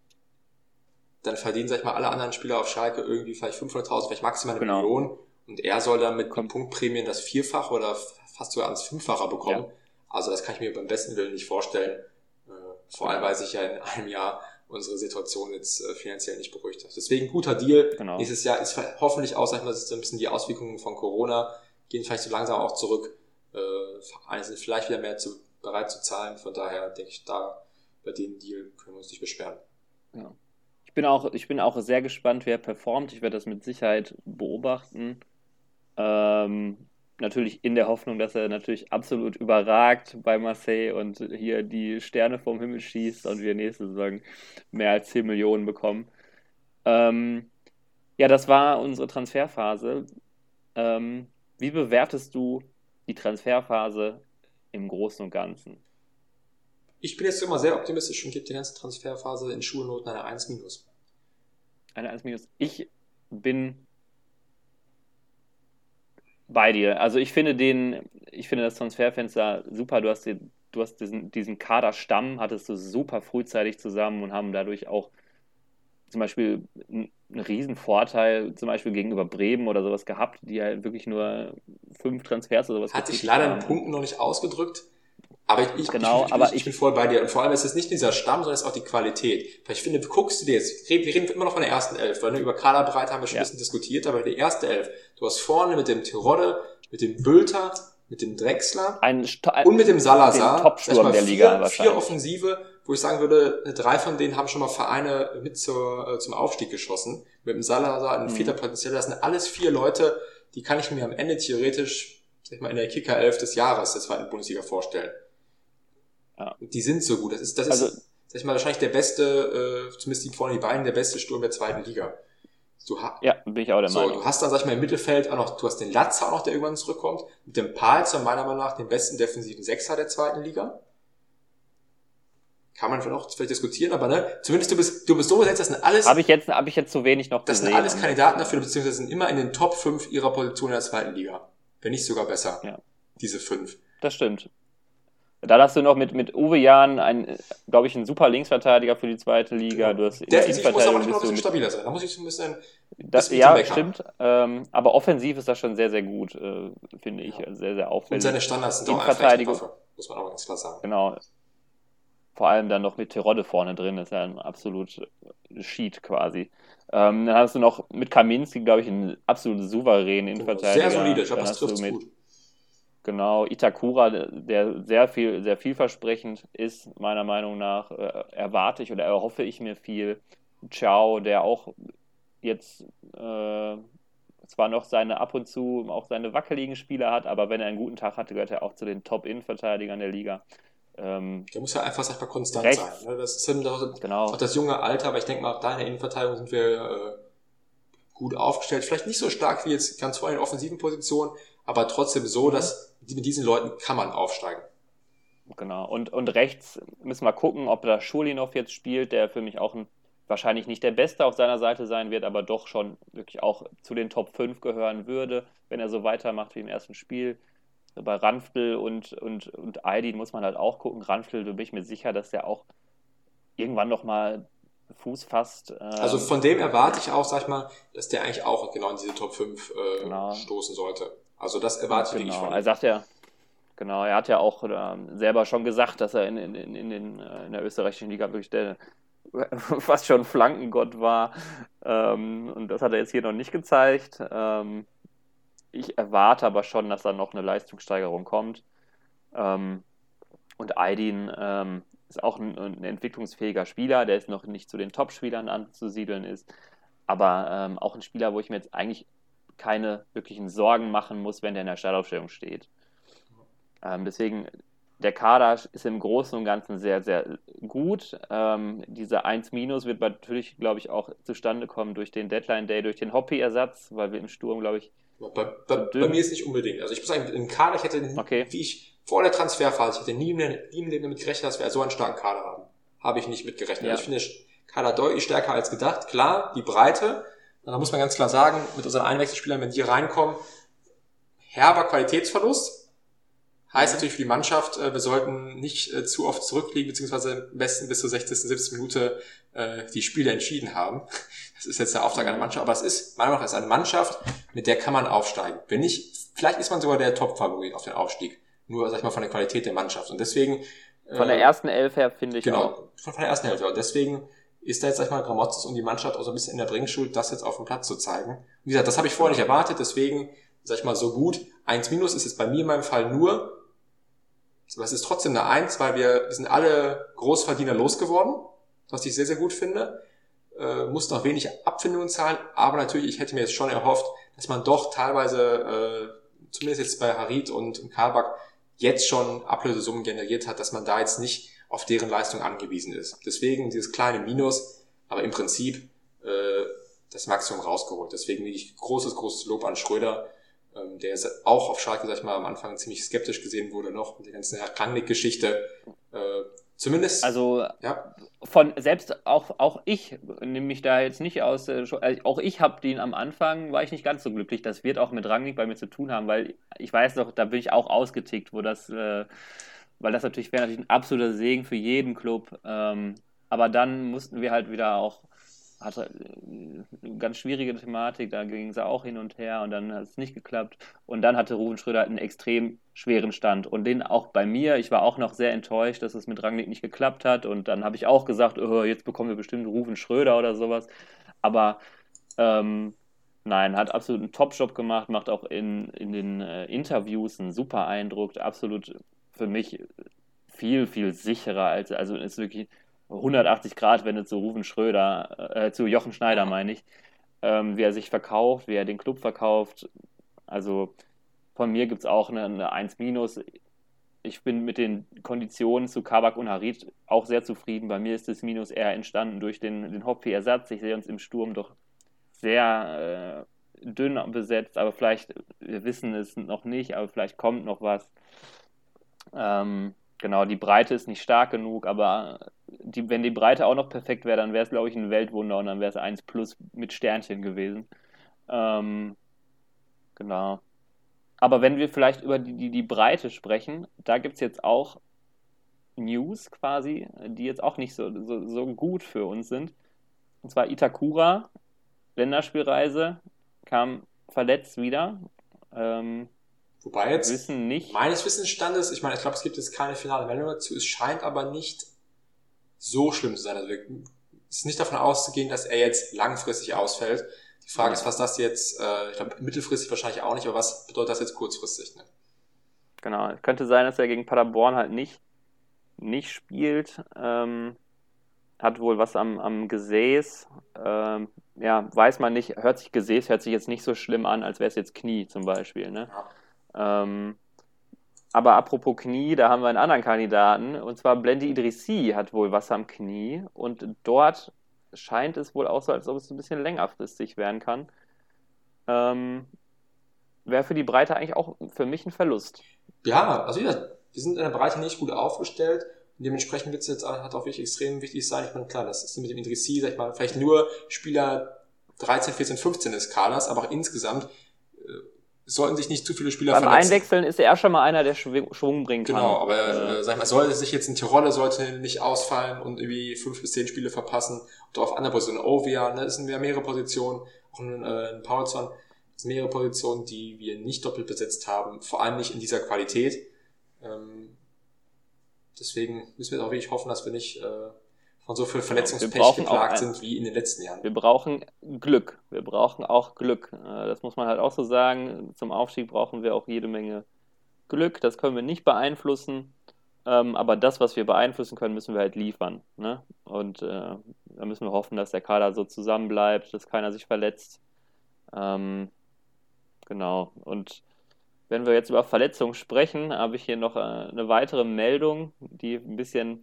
dann verdienen, sag ich mal, alle anderen Spieler auf Schalke irgendwie vielleicht fünfhunderttausend, vielleicht maximal eine genau. Million. Und er soll dann mit Komm. Punktprämien das Vierfache oder fast sogar ans Fünffache bekommen. Ja. Also das kann ich mir beim besten Willen nicht vorstellen. vor allem, weil sich ja in einem Jahr unsere Situation jetzt äh, finanziell nicht beruhigt hat. Deswegen guter Deal. Genau. Nächstes Jahr ist hoffentlich auch, sag ich mal, so ein bisschen die Auswirkungen von Corona gehen vielleicht so langsam auch zurück. Äh, Vereine sind vielleicht wieder mehr zu, bereit zu zahlen. Von daher denke ich, da bei dem Deal können wir uns nicht beschweren. Ja. Ich bin auch, ich bin auch sehr gespannt, wer performt. Ich werde das mit Sicherheit beobachten. Ähm, natürlich in der Hoffnung, dass er natürlich absolut überragt bei Marseille und hier die Sterne vom Himmel schießt und wir nächste Saison mehr als zehn Millionen bekommen. Ähm, ja, das war unsere Transferphase. Ähm, wie bewertest du die Transferphase im Großen und Ganzen? Ich bin jetzt immer sehr optimistisch und gebe die ganze Transferphase in Schulnoten eine eins minus. Eine eins minus. Ich bin bei dir. Also ich finde den, ich finde das Transferfenster super. Du hast, den, du hast diesen, diesen Kaderstamm, hattest du super frühzeitig zusammen und haben dadurch auch zum Beispiel einen riesen Vorteil, zum Beispiel gegenüber Bremen oder sowas gehabt, die halt wirklich nur fünf Transfers oder sowas hat sich leider in Punkten noch nicht ausgedrückt. Aber ich, ich, genau, ich, ich, aber ich, ich bin voll bei dir. Und vor allem ist es nicht dieser Stamm, sondern es ist auch die Qualität. Weil ich finde, guckst du dir jetzt, wir reden immer noch von der ersten Elf, weil ne, über Kaderbreite haben wir schon ja. ein bisschen diskutiert, aber die erste Elf, du hast vorne mit dem Terodde, mit dem Bülter, mit dem Drexler ein Sto- und mit dem Salazar, Top-Sturm der Liga vier, vier Offensive, wo ich sagen würde, drei von denen haben schon mal Vereine mit zur, äh, zum Aufstieg geschossen. Mit dem Salazar, ein mhm. vierter Potenzial, das sind alles vier Leute, die kann ich mir am Ende theoretisch, sag ich mal, in der Kicker-Elf des Jahres der zweiten Bundesliga vorstellen. Ja. Die sind so gut. Das ist, das ist, also, sag ich mal, wahrscheinlich der beste, äh, zumindest die vorne die beiden, der beste Sturm der zweiten Liga. Du ha- ja, bin ich auch der so, Meinung. Du hast dann, sag ich mal, im Mittelfeld auch noch, du hast den Latzer auch noch, der irgendwann zurückkommt, mit dem Palzer meiner Meinung nach den besten defensiven Sechser der zweiten Liga. Kann man vielleicht auch vielleicht diskutieren, aber ne, zumindest du bist, du bist so besetzt, das sind alles. Habe ich jetzt, habe ich jetzt zu wenig noch das gesehen. Das sind alles Kandidaten dafür, beziehungsweise sind immer in den Top fünf ihrer Position in der zweiten Liga. Wenn nicht sogar besser. Ja. Diese fünf. Das stimmt. Da hast du noch mit, mit Uwe Jahn, ein, glaube ich, einen super Linksverteidiger für die zweite Liga. Du hast defensiv muss er manchmal noch ein bisschen stabiler sein. Da muss ich so ein bisschen... Das, ja, stimmt. Ähm, aber offensiv ist das schon sehr, sehr gut, äh, finde ich. Ja. Sehr, sehr auffällig. Und seine Standards sind auch einfach eine Waffe, muss man auch ganz klar sagen. Genau. Vor allem dann noch mit Terodde vorne drin, ist ja ein absolut Sheet quasi. Ähm, dann hast du noch mit Kaminski, glaube ich, einen absolut souveränen Innenverteidiger. Sehr solide, ich glaube, das trifft gut. Genau, Itakura, der sehr viel, sehr vielversprechend ist, meiner Meinung nach, äh, erwarte ich oder erhoffe ich mir viel. Ciao, der auch jetzt äh, zwar noch seine ab und zu auch seine wackeligen Spieler hat, aber wenn er einen guten Tag hatte, gehört er auch zu den Top-Innenverteidigern der Liga. Ähm, der muss ja einfach, sag ich mal, konstant rechts, sein. Ne? Das ist auch, genau. auch das junge Alter, aber ich denke mal, auch da in der Innenverteidigung sind wir äh, gut aufgestellt. Vielleicht nicht so stark wie jetzt ganz vorhin in offensiven Positionen, aber trotzdem so, dass mit diesen Leuten kann man aufsteigen. Genau. Und, und rechts müssen wir gucken, ob da Schulinov jetzt spielt, der für mich auch ein, wahrscheinlich nicht der Beste auf seiner Seite sein wird, aber doch schon wirklich auch zu den Top fünf gehören würde, wenn er so weitermacht wie im ersten Spiel. Bei Ranftl und, und, und Aydin muss man halt auch gucken. Ranftl, da bin ich mir sicher, dass der auch irgendwann nochmal Fuß fasst. Ähm, also von dem erwarte ich auch, sag ich mal, dass der eigentlich auch genau in diese Top fünf äh, genau. stoßen sollte. Also das erwarte genau. ich von ihm. Er sagt ja, genau, er hat ja auch äh, selber schon gesagt, dass er in, in, in, den, in der österreichischen Liga wirklich der fast schon Flankengott war. Ähm, und das hat er jetzt hier noch nicht gezeigt. Ähm, ich erwarte aber schon, dass da noch eine Leistungssteigerung kommt. Ähm, und Aydin ähm, ist auch ein, ein entwicklungsfähiger Spieler, der ist noch nicht zu den Top-Spielern anzusiedeln ist, aber ähm, auch ein Spieler, wo ich mir jetzt eigentlich keine wirklichen Sorgen machen muss, wenn der in der Startaufstellung steht. Ähm, deswegen, der Kader ist im Großen und Ganzen sehr, sehr gut. Ähm, diese eins minus wird natürlich, glaube ich, auch zustande kommen durch den Deadline-Day, durch den Hoppy-Ersatz, weil wir im Sturm, glaube ich, bei, bei, bei mir ist nicht unbedingt. Also ich muss sagen, im Kader, ich hätte, okay. wie ich vor der Transferphase, ich hätte nie, nie im Leben damit gerechnet, dass wir so einen starken Kader haben. Habe ich nicht mitgerechnet. Ja. Also ich finde den Kader deutlich stärker als gedacht. Klar, die Breite, da muss man ganz klar sagen, mit unseren Einwechselspielern, wenn die reinkommen, herber Qualitätsverlust. Heißt natürlich für die Mannschaft, wir sollten nicht zu oft zurückliegen, beziehungsweise am besten bis zur sechzigsten, siebzigsten Minute die Spiele entschieden haben. Das ist jetzt der Auftrag einer Mannschaft, aber es ist, meiner Meinung nach, ist eine Mannschaft, mit der kann man aufsteigen. Wenn nicht, vielleicht ist man sogar der Top-Favorit auf den Aufstieg. Nur, sag ich mal, von der Qualität der Mannschaft. Und deswegen Von der ersten Elf her finde ich genau, auch. Genau, von der ersten Elf her. Und deswegen ist da jetzt, sag ich mal, Gramotzes und die Mannschaft auch so ein bisschen in der Bringschuld, das jetzt auf dem Platz zu zeigen. Wie gesagt, das habe ich vorher nicht erwartet, deswegen, sag ich mal, so gut. Eins minus ist jetzt bei mir in meinem Fall nur, aber es ist trotzdem eine Eins, weil wir, wir sind alle Großverdiener losgeworden, was ich sehr, sehr gut finde. Äh, mussten auch wenig Abfindungen zahlen, aber natürlich, ich hätte mir jetzt schon erhofft, dass man doch teilweise, äh, zumindest jetzt bei Harit und, und Karlbach, jetzt schon Ablösesummen generiert hat, dass man da jetzt nicht auf deren Leistung angewiesen ist. Deswegen dieses kleine Minus, aber im Prinzip äh, das Maximum rausgeholt. Deswegen wirklich großes, großes Lob an Schröder, ähm, der ist auch auf Schalke, sag ich mal, am Anfang ziemlich skeptisch gesehen wurde noch mit der ganzen Rangnick-Geschichte. Äh, zumindest. Also ja. von selbst auch auch ich nehme mich da jetzt nicht aus. Äh, auch ich habe den am Anfang, war ich nicht ganz so glücklich. Das wird auch mit Rangnick bei mir zu tun haben, weil ich weiß noch, da bin ich auch ausgetickt, wo das äh, weil das natürlich wäre natürlich ein absoluter Segen für jeden Club. Ähm, aber dann mussten wir halt wieder auch, hatte eine ganz schwierige Thematik, da ging es auch hin und her und dann hat es nicht geklappt. Und dann hatte Ruven Schröder einen extrem schweren Stand. Und den auch bei mir, ich war auch noch sehr enttäuscht, dass es mit Rangnick nicht geklappt hat. Und dann habe ich auch gesagt, oh, jetzt bekommen wir bestimmt Ruven Schröder oder sowas. Aber ähm, nein, hat absolut einen Top-Job gemacht, macht auch in, in den äh, Interviews einen super Eindruck, absolut für mich viel, viel sicherer als, also ist wirklich hundertachtzig Grad, wenn es zu Ruven Schröder, äh, zu Jochen Schneider meine ich, ähm, wie er sich verkauft, wie er den Club verkauft. Also von mir gibt es auch eine, eine eins minus. Ich bin mit den Konditionen zu Kabak und Harit auch sehr zufrieden. Bei mir ist das Minus eher entstanden durch den, den Hopfi-Ersatz. Ich sehe uns im Sturm doch sehr äh, dünn besetzt, aber vielleicht, wir wissen es noch nicht, aber vielleicht kommt noch was. Ähm, genau, die Breite ist nicht stark genug, aber die, wenn die Breite auch noch perfekt wäre, dann wäre es, glaube ich, ein Weltwunder und dann wäre es eins plus mit Sternchen gewesen. Ähm, genau. Aber wenn wir vielleicht über die, die, die Breite sprechen, da gibt es jetzt auch News quasi, die jetzt auch nicht so, so, so gut für uns sind. Und zwar Itakura, Länderspielreise, kam verletzt wieder. Ähm, Wobei jetzt, wissen nicht. meines Wissensstandes, ich meine, ich glaube, es gibt jetzt keine finale Meldung dazu, es scheint aber nicht so schlimm zu sein. Also es ist nicht davon auszugehen, dass er jetzt langfristig ausfällt. Die Frage ja. ist, was das jetzt, äh, ich glaube, mittelfristig wahrscheinlich auch nicht, aber was bedeutet das jetzt kurzfristig? Ne? Genau, es könnte sein, dass er gegen Paderborn halt nicht, nicht spielt. Ähm, hat wohl was am, am Gesäß. Ähm, ja, weiß man nicht, hört sich Gesäß, hört sich jetzt nicht so schlimm an, als wäre es jetzt Knie zum Beispiel, ne? Ja. Ähm, aber apropos Knie, da haben wir einen anderen Kandidaten, und zwar Blendi Idrissi hat wohl was am Knie und dort scheint es wohl auch so, als ob es ein bisschen längerfristig werden kann. Ähm, wäre für die Breite eigentlich auch für mich ein Verlust. Ja, also ja, wir sind in der Breite nicht gut aufgestellt und dementsprechend wird es jetzt halt auch wirklich extrem wichtig sein. Ich meine, klar, das ist mit dem Idrissi, sag ich mal, vielleicht nur Spieler dreizehn, vierzehn, fünfzehn des Kaders, aber auch insgesamt äh, sollten sich nicht zu viele Spieler Beim verletzen. Beim Einwechseln ist er schon mal einer, der Schwung bringen kann. Genau, aber äh, sag ich mal, sollte sich jetzt ein Tiroler sollte nicht ausfallen und irgendwie fünf bis zehn Spiele verpassen oder auf andere Positionen. Ovia, ne, das sind ja mehrere Positionen, auch ein, äh, ein Paulson, das sind mehrere Positionen, die wir nicht doppelt besetzt haben, vor allem nicht in dieser Qualität. Ähm, deswegen müssen wir auch wirklich hoffen, dass wir nicht äh, von so viel Verletzungspech geplagt ein, sind wie in den letzten Jahren. Wir brauchen Glück. Wir brauchen auch Glück. Das muss man halt auch so sagen. Zum Aufstieg brauchen wir auch jede Menge Glück. Das können wir nicht beeinflussen. Aber das, was wir beeinflussen können, müssen wir halt liefern. Ne? Und äh, da müssen wir hoffen, dass der Kader so zusammenbleibt, dass keiner sich verletzt. Ähm, genau. Und wenn wir jetzt über Verletzungen sprechen, habe ich hier noch eine weitere Meldung, die ein bisschen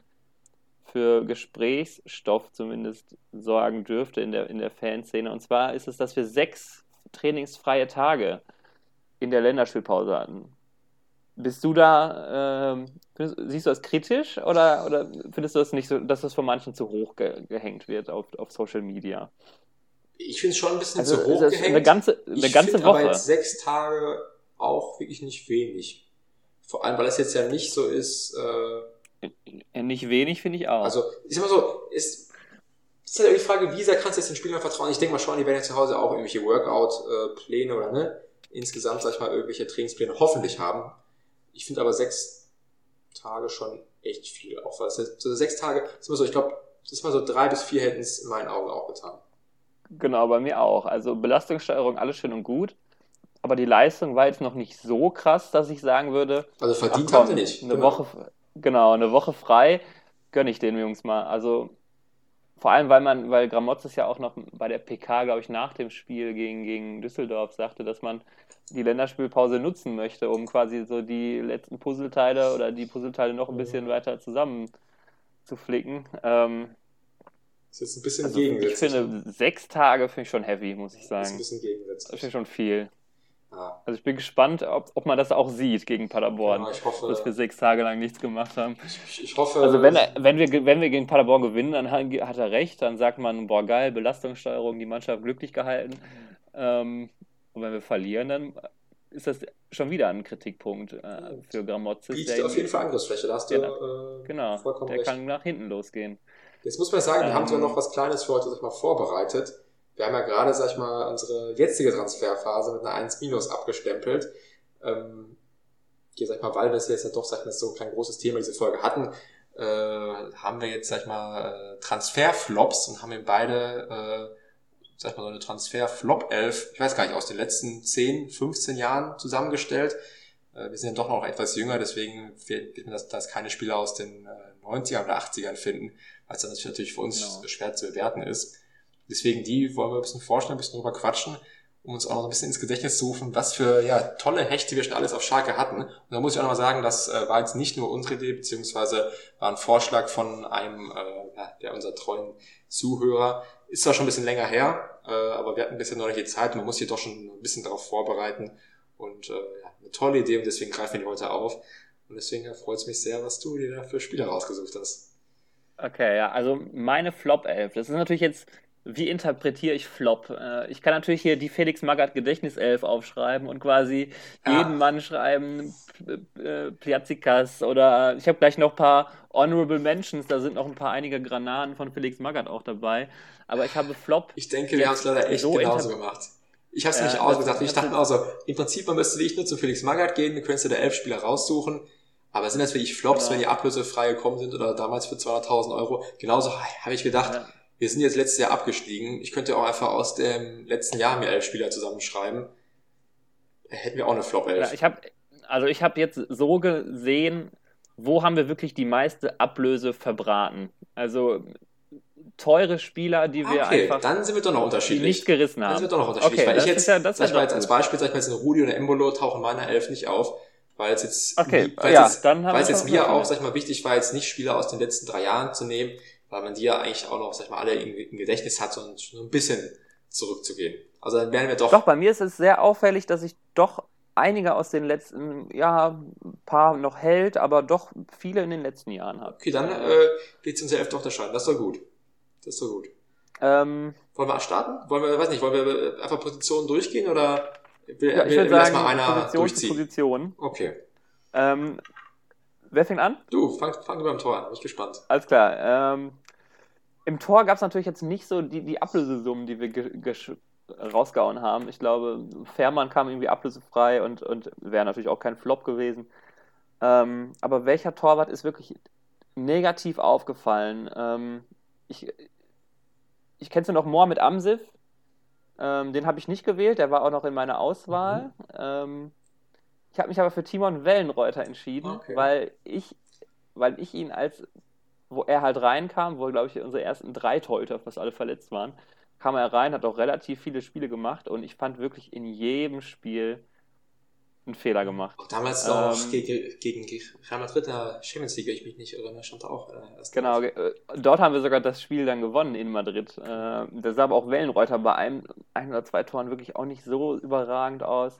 für Gesprächsstoff zumindest sorgen dürfte in der, in der Fanszene. Und zwar ist es, dass wir sechs trainingsfreie Tage in der Länderspielpause hatten. Bist du da, äh, findest, siehst du das kritisch oder, oder findest du das nicht so, dass das von manchen zu hoch ge- gehängt wird auf, auf Social Media? Ich finde es schon ein bisschen also, zu hoch ist gehängt. Eine ganze, eine ich ganze finde Woche. aber jetzt sechs Tage auch wirklich nicht wenig. Vor allem, weil es jetzt ja nicht so ist, äh, nicht wenig, finde ich auch. Also, ist immer so, ist, ist halt die Frage, wie sehr kannst du jetzt den Spielern vertrauen? Ich denke mal schon, die werden ja zu Hause auch irgendwelche Workout-Pläne oder ne, insgesamt, sag ich mal, irgendwelche Trainingspläne hoffentlich haben. Ich finde aber sechs Tage schon echt viel. Auch was so sechs Tage, ist immer so, ich glaube, das ist mal so drei bis vier hätten es in meinen Augen auch getan. Genau, bei mir auch. Also Belastungssteuerung, alles schön und gut. Aber die Leistung war jetzt noch nicht so krass, dass ich sagen würde, Also ach verdient haben sie komm, nicht. eine Genau. Woche, genau, eine Woche frei gönne ich den Jungs mal. Also vor allem, weil man, weil Gramotzes ja auch noch bei der P K, glaube ich, nach dem Spiel gegen, gegen Düsseldorf sagte, dass man die Länderspielpause nutzen möchte, um quasi so die letzten Puzzleteile oder die Puzzleteile noch ein bisschen weiter zusammen zu flicken. Ähm, Das ist jetzt ein bisschen also ich gegensätzlich. finde, Ne? sechs Tage finde ich schon heavy, muss ich Das ist ein sagen. bisschen Das gegensätzlich. finde ich schon viel. Ah, Also ich bin gespannt, ob, ob man das auch sieht gegen Paderborn, genau, ich dass wir hoffe, sechs Tage lang nichts gemacht haben. ich, ich hoffe, Also wenn, er, wenn, wir, ge- wenn wir gegen Paderborn gewinnen, dann hat, hat er recht, dann sagt man, boah geil, Belastungssteuerung, die Mannschaft glücklich gehalten. Ähm, und wenn wir verlieren, dann ist das schon wieder ein Kritikpunkt äh, für Gramotzes. bietet Der, auf jeden Fall Angriffsfläche, da hast du der, äh, genau, vollkommen der recht. kann nach hinten losgehen. Jetzt muss man sagen, wir haben sogar noch Ähm, was Kleines für heute sag ich mal, vorbereitet. Wir haben ja gerade, sag ich mal, unsere jetzige Transferphase mit einer eins minus abgestempelt. Ähm, hier, sag ich mal, weil wir es jetzt ja doch, sag ich mal, so kein großes Thema diese Folge hatten, äh, haben wir jetzt, sag ich mal, äh, Transferflops und haben eben beide, äh, sag ich mal, so eine Transfer-Flop-Elf, ich weiß gar nicht, aus den letzten zehn, fünfzehn Jahren zusammengestellt. Äh, wir sind ja doch noch etwas jünger, deswegen wird man das, das keine Spieler aus den äh, neunzigern oder achtzigern finden, weil es dann natürlich für uns genau. schwer zu bewerten ist. Deswegen die wollen wir ein bisschen vorstellen, ein bisschen drüber quatschen, um uns auch noch ein bisschen ins Gedächtnis zu rufen, was für ja tolle Hechte wir schon alles auf Schalke hatten. Und da muss ich auch noch mal sagen, das äh, war jetzt nicht nur unsere Idee, beziehungsweise war ein Vorschlag von einem, äh, ja, der unserer treuen Zuhörer, ist zwar schon ein bisschen länger her, äh, aber wir hatten ein bisschen noch nicht die Zeit und man muss hier doch schon ein bisschen darauf vorbereiten. Und äh, ja, eine tolle Idee und deswegen greifen wir die heute auf. Und deswegen ja, freut es mich sehr, was du dir da für Spieler rausgesucht hast. Okay, ja, also meine Flop elf. Das ist natürlich jetzt, wie interpretiere ich Flop? Äh, ich kann natürlich hier die Felix Magath Gedächtniself aufschreiben und quasi jeden Ja, Mann schreiben, P- äh, Pliazikas oder ich habe gleich noch ein paar Honorable Mentions, da sind noch ein paar einige Granaten von Felix Magath auch dabei. Aber ich habe Flop ich denke, wir haben es jetzt leider echt so genauso inter... gemacht. Ich habe es nicht Ja, das, ausgedacht. Ich das dachte mir ist, auch so, im Prinzip, man müsste wie ich nur zu Felix Magath gehen, dann könntest du da elf Spieler raussuchen. Aber sind das wirklich Flops, wenn die genau, ablösefrei gekommen sind oder damals für zweihunderttausend Euro? Genauso habe ich gedacht, ja. wir sind jetzt letztes Jahr abgestiegen. Ich könnte auch einfach aus dem letzten Jahr mir elf Spieler zusammenschreiben. Hätten wir auch eine Flop Ja, elf. ich habe, also ich habe jetzt so gesehen, wo haben wir wirklich die meiste Ablöse verbraten? Also teure Spieler, die Ah, wir okay, einfach, dann sind wir doch noch die nicht unterschiedlich. gerissen Dann sind wir haben. doch noch unterschiedlich, Okay, weil ich das ist ja, jetzt, das sag ist ich ja mal doch jetzt als gut. Beispiel, sag ich mal jetzt ein Rudi oder Embolo tauchen in meiner Elf nicht auf, weil es jetzt, Okay, mi- weil es ja, jetzt, dann haben weil wir es jetzt schon mir auch, verschiedene. sag ich mal, wichtig war, jetzt nicht Spieler aus den letzten drei Jahren zu nehmen, weil man die ja eigentlich auch noch, sag ich mal, alle im, im Gedächtnis hat, sondern so ein bisschen zurückzugehen. Also dann wären wir Doch, doch, bei mir ist es sehr auffällig, dass ich doch einige aus den letzten, ja, ein paar noch hält, aber doch viele in den letzten Jahren habe. okay, dann Äh, äh, geht's unsere Elf doch unterscheiden. Das ist doch gut. Das ist doch gut. ähm, Wollen wir starten? Wollen wir, weiß nicht, wollen wir einfach Positionen durchgehen oder will, ja, ich will, würde will erstmal sagen, einer Position zu durchziehen? Position. Okay. Ähm, wer fängt an? Du, fang, fang du beim Tor an, bin ich gespannt. Alles klar. Ähm, Im Tor gab es natürlich jetzt nicht so die, die Ablösesummen, die wir ge gesch- rausgehauen haben. Ich glaube, Fährmann kam irgendwie ablösefrei und, und wäre natürlich auch kein Flop gewesen. Ähm, aber welcher Torwart ist wirklich negativ aufgefallen? Ähm, ich ich kennst du noch Mohamed Amsif? Ähm, den habe ich nicht gewählt, der war auch noch in meiner Mhm. Auswahl. Ähm, ich habe mich aber für Timon Wellenreuter entschieden, Okay. weil ich, weil ich ihn als wo er halt reinkam, wo, glaube ich, unsere ersten drei Torhüter fast alle verletzt waren, kam er rein, hat auch relativ viele Spiele gemacht und ich fand wirklich in jedem Spiel einen Fehler gemacht. Auch damals noch Ähm, gegen, gegen Real Madrid in der Champions League, wenn ich mich nicht irre, da stand er auch äh, erst genau, auf. äh, dort haben wir sogar das Spiel dann gewonnen in Madrid. Äh, da sah aber auch Wellenreuter bei einem, ein oder zwei Toren wirklich auch nicht so überragend aus.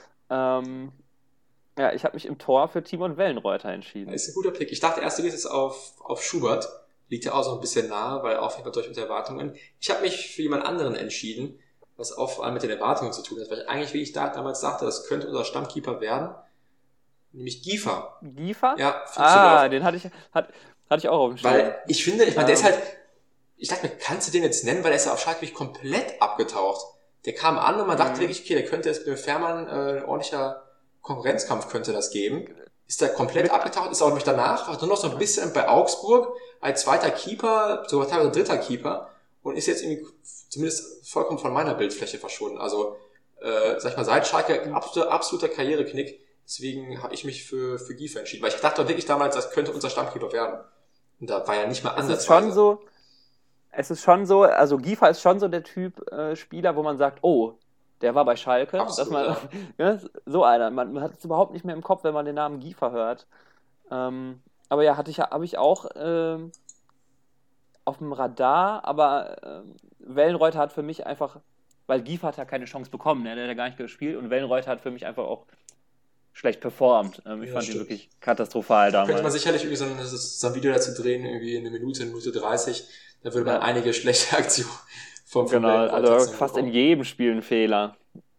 Ähm, ja, ich habe mich im Tor für Timon Wellenreuter Das entschieden. ist ein guter Pick. Ich dachte erst, du gehst jetzt auf, auf Schubert. Liegt ja auch so ein bisschen nahe, weil auf jeden Fall durch mit Erwartungen. Ich habe mich für jemand anderen entschieden, was auch vor allem mit den Erwartungen zu tun hat, weil ich eigentlich, wie ich da damals dachte, das könnte unser Stammkeeper werden, nämlich Giefer. Giefer? Ja, von Ah, Düsseldorf. den hatte ich, hat, hatte ich auch auf dem Schirm. Weil ich finde, ich meine, der ist Ähm, halt, ich dachte mir, kannst du den jetzt nennen, weil er ist ja auf Schalke wirklich komplett abgetaucht. Der kam an und man dachte mh. wirklich, okay, der könnte jetzt mit dem Fährmann äh, ein ordentlicher Konkurrenzkampf könnte das geben. ist der komplett mit abgetaucht, ist auch nämlich danach, war nur noch so ein bisschen bei Augsburg als zweiter Keeper, sogar teilweise dritter Keeper und ist jetzt irgendwie zumindest vollkommen von meiner Bildfläche verschwunden. Also, äh, sag ich mal, seit Schalke absoluter, absoluter Karriereknick. Deswegen habe ich mich für, für Giefer entschieden. Weil ich dachte wirklich damals, das könnte unser Stammkeeper werden. Und da war ja nicht mal ansatzweise. Es ist schon so, es ist schon so, also Giefer ist schon so der Typ äh, Spieler, wo man sagt, oh, der war bei Schalke. Absolut, dass man, ja. Ja, so einer. Man, man hat es überhaupt nicht mehr im Kopf, wenn man den Namen Giefer hört. Ähm, aber ja, hatte ich, habe ich auch ähm, auf dem Radar, aber ähm, Wellenreuter hat für mich einfach, weil Giefer hat ja keine Chance bekommen, ne? Der hat ja gar nicht gespielt und Wellenreuter hat für mich einfach auch schlecht performt. Ähm, ich ja, fand stimmt. ihn wirklich katastrophal damals. Könnte man sicherlich irgendwie so ein, so ein Video dazu drehen, irgendwie eine Minute, eine Minute dreißig, da würde man ja. einige schlechte Aktionen vom Genau, also fast bekommen. In jedem Spiel ein Fehler.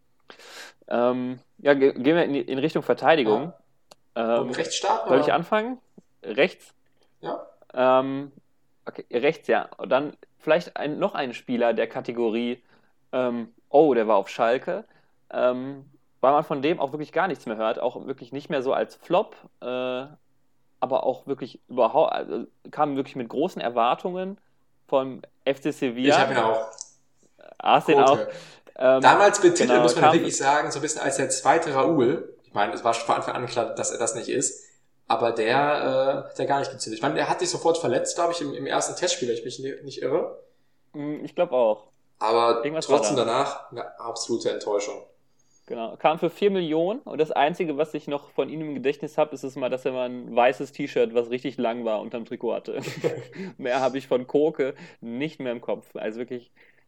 Ähm, ja, ge- gehen wir in, in Richtung Verteidigung. Ja. Ähm, Und rechts starten? Soll ich anfangen? Rechts? Ja. Ähm, okay, rechts, ja. Und dann vielleicht ein, noch ein Spieler der Kategorie, ähm, oh, der war auf Schalke, ähm, weil man von dem auch wirklich gar nichts mehr hört, auch wirklich nicht mehr so als Flop, äh, aber auch wirklich überhaupt, also kam wirklich mit großen Erwartungen vom F C Sevilla. Ich habe ihn auch. Hast den auch. Ähm, Damals betitelt, genau, muss man kam, wirklich sagen, so ein bisschen als der zweite Raoul. Ich meine, es war von Anfang an klar, dass er das nicht ist. Aber der äh, hat ja gar nicht gezählt. Ich meine, der hat sich sofort verletzt, glaube ich, im, im ersten Testspiel, wenn ich mich nicht, nicht irre. Ich glaube auch. Aber Irgendwas trotzdem danach eine absolute Enttäuschung. Genau, kam für vier Millionen und das Einzige, was ich noch von ihm im Gedächtnis habe, ist es mal, dass er mal ein weißes T-Shirt, was richtig lang war, unterm Trikot hatte. Mehr habe ich von Koke nicht mehr im Kopf. Also wirklich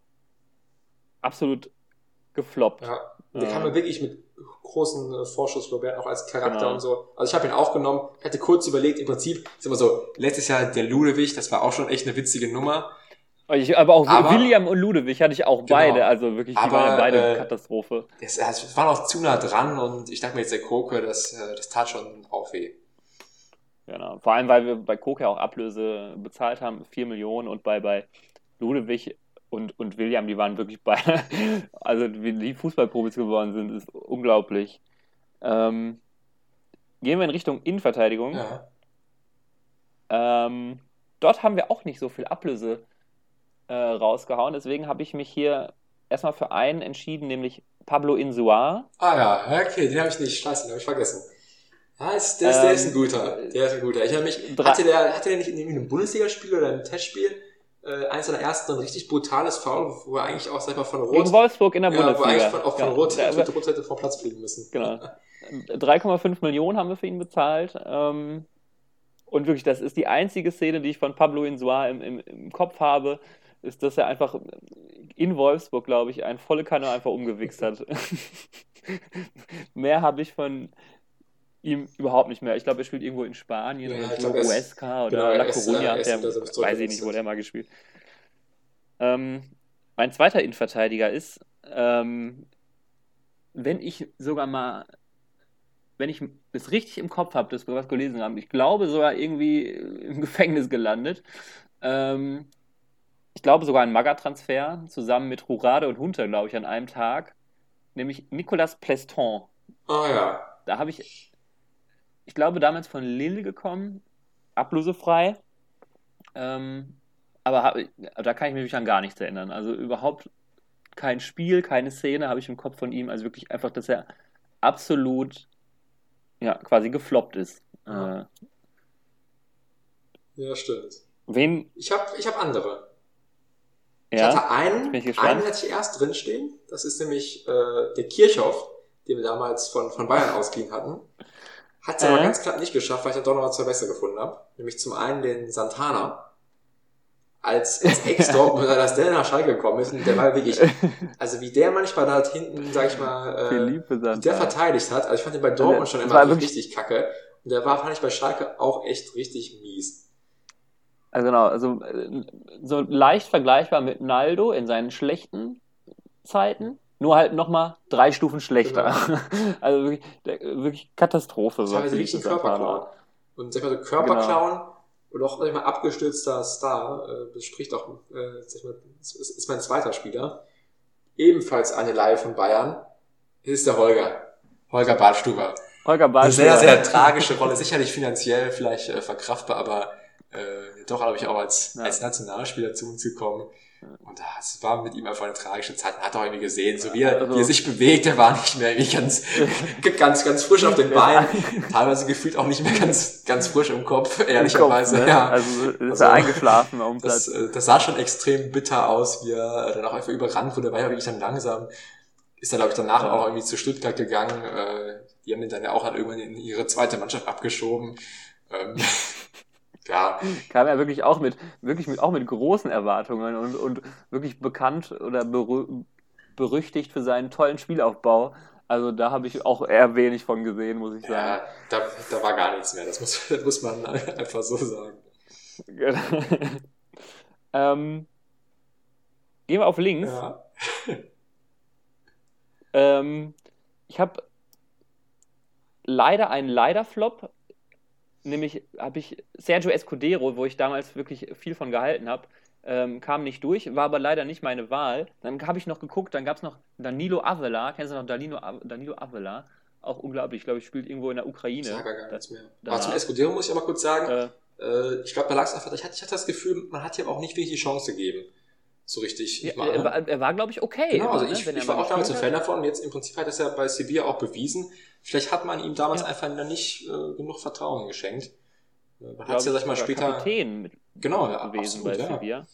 absolut gefloppt. Ja, der kam mir wirklich mit großen äh, Vorschusslorbeeren auch als Charakter genau. und so. Also ich habe ihn auch genommen. Ich hatte kurz überlegt, im Prinzip ist immer so, letztes Jahr der Ludewig, das war auch schon echt eine witzige Nummer. Ich, aber auch aber, William und Ludewig hatte ich auch genau, beide, also wirklich, die aber, waren ja beide äh, Katastrophe. Das, das war noch zu nah dran und ich dachte mir jetzt, der Koke, das, das tat schon auch weh. Genau, vor allem, weil wir bei Koke auch Ablöse bezahlt haben, vier Millionen und bei, bei Ludewig und, und William, die waren wirklich beide, also wie die Fußballprofis geworden sind, ist unglaublich. Ähm, gehen wir in Richtung Innenverteidigung. Ja. Ähm, dort haben wir auch nicht so viel Ablöse Äh, rausgehauen. Deswegen habe ich mich hier erstmal für einen entschieden, nämlich Pablo Insua. Ah ja, okay, den habe ich nicht. Scheiße, den habe ich vergessen. Ja, ist, der, ist, ähm, der ist ein guter. Der ist ein guter. Ich habe mich, hatte der, hatte der nicht in einem Bundesligaspiel oder einem Testspiel äh, eins seiner ersten ein richtig brutales Foul, wo er eigentlich auch, sag ich mal, von Rot... Gegen Wolfsburg in der ja, Bundesliga. Wo eigentlich von, auch von ja, Rot, der, Rot, Rot hätte vom Platz fliegen müssen. Genau. drei Komma fünf Millionen haben wir für ihn bezahlt. Ähm, und wirklich, das ist die einzige Szene, die ich von Pablo Insua im, im, im Kopf habe, ist, dass er einfach in Wolfsburg, glaube ich, eine volle Kanne einfach umgewichst hat. Mehr habe ich von ihm überhaupt nicht mehr. Ich glaube, er spielt irgendwo in Spanien ja, oder so, U S K oder genau, La Coruña. Der, so weiß ich nicht, wo der mal gespielt. Ähm, mein zweiter Innenverteidiger ist, ähm, wenn ich sogar mal, wenn ich das richtig im Kopf habe, das wir was gelesen haben, ich glaube sogar irgendwie im Gefängnis gelandet. Ähm, Ich glaube sogar ein Maga-Transfer, zusammen mit Rourade und Hunter, glaube ich, an einem Tag. Nämlich Nicolas Pleston. Ah ja. Da habe ich, ich glaube, damals von Lille gekommen, ablösefrei. Ähm, aber hab, da kann ich mich an gar nichts erinnern. Also überhaupt kein Spiel, keine Szene habe ich im Kopf von ihm. Also wirklich einfach, dass er absolut, ja, quasi gefloppt ist. Ja, äh, ja stimmt. Wen? Ich habe ich hab andere. Ich Ja, hatte einen, ich einen hatte ich erst drinstehen. Das ist nämlich äh, der Kirchhoff, den wir damals von, von Bayern ausgeliehen hatten. Hat es äh. aber ganz knapp nicht geschafft, weil ich dann doch noch zwei besser gefunden habe. Nämlich zum einen den Santana. Als, als Ex-Dortmunder, dass der nach Schalke gekommen ist. Und der war wirklich, also wie der manchmal da hinten, sag ich mal, äh, wie der verteidigt hat. Also ich fand den bei Dortmund schon immer richtig kacke. Und der war, fand ich bei Schalke auch echt richtig mies. Also genau, also so leicht vergleichbar mit Naldo in seinen schlechten Zeiten, nur halt nochmal drei Stufen schlechter. Genau. Also wirklich, wirklich Katastrophe. Das war halt richtig ein Körperclown. Und sag ich mal so Körperclown genau. Und auch sag ich mal abgestürzter Star, äh, das spricht auch, äh, sag ich mal, ist, ist mein zweiter Spieler. Ebenfalls eine Laie von Bayern. Das ist der Holger. Holger Badstuber. Holger Eine sehr, sehr tragische Rolle, sicherlich finanziell vielleicht äh, verkraftbar, aber äh, doch, glaube ich, auch als, ja. als Nationalspieler zu uns gekommen. Und das war mit ihm einfach eine tragische Zeit. Man hat auch irgendwie gesehen, so wie er, also, wie er sich bewegt, er war nicht mehr irgendwie ganz, ganz, ganz frisch auf den Beinen. Teilweise gefühlt auch nicht mehr ganz, ganz frisch im Kopf, ehrlicherweise. Kopf, ne? Ja. Also ist also, er eingeschlafen am Platz. Das, das sah schon extrem bitter aus, wie er dann auch einfach überrannt wurde, war ja wirklich dann langsam. Ist dann, glaube ich, danach ja. auch irgendwie zu Stuttgart gegangen. Die haben ihn dann ja auch dann irgendwann in ihre zweite Mannschaft abgeschoben. Ja. Kam er wirklich auch mit, wirklich mit, auch mit großen Erwartungen und, und wirklich bekannt oder berü- berüchtigt für seinen tollen Spielaufbau. Also da habe ich auch eher wenig von gesehen, muss ich sagen. Ja, da, da war gar nichts mehr, das muss, das muss man einfach so sagen. ähm, gehen wir auf links. Ja. ähm, ich habe leider einen Leider-Flop. Nämlich habe ich Sergio Escudero, wo ich damals wirklich viel von gehalten habe, ähm, kam nicht durch, war aber leider nicht meine Wahl. Dann habe ich noch geguckt, dann gab es noch Danilo Avila, kennst du noch Danilo, Danilo Avila? Auch unglaublich, ich glaube, ich spielt irgendwo in der Ukraine. Ich sage gar nichts mehr. Aber zum Escudero muss ich aber kurz sagen, äh, äh, ich glaube, da lag es einfach, ich hatte, ich hatte das Gefühl, man hat ihm auch nicht wirklich die Chance gegeben. So richtig. Ja, mal, er, war, er war, glaube ich, okay. Genau, also immer, ich, ne? ich war auch damals ein Fan davon und jetzt im Prinzip hat es ja bei Sevilla auch bewiesen. Vielleicht hat man ihm damals ja. einfach nicht äh, genug Vertrauen geschenkt. Man hat es ja, sag ich mal, später... Kapitän mit genau, ja, gewesen absolut, bei ja. Sevilla.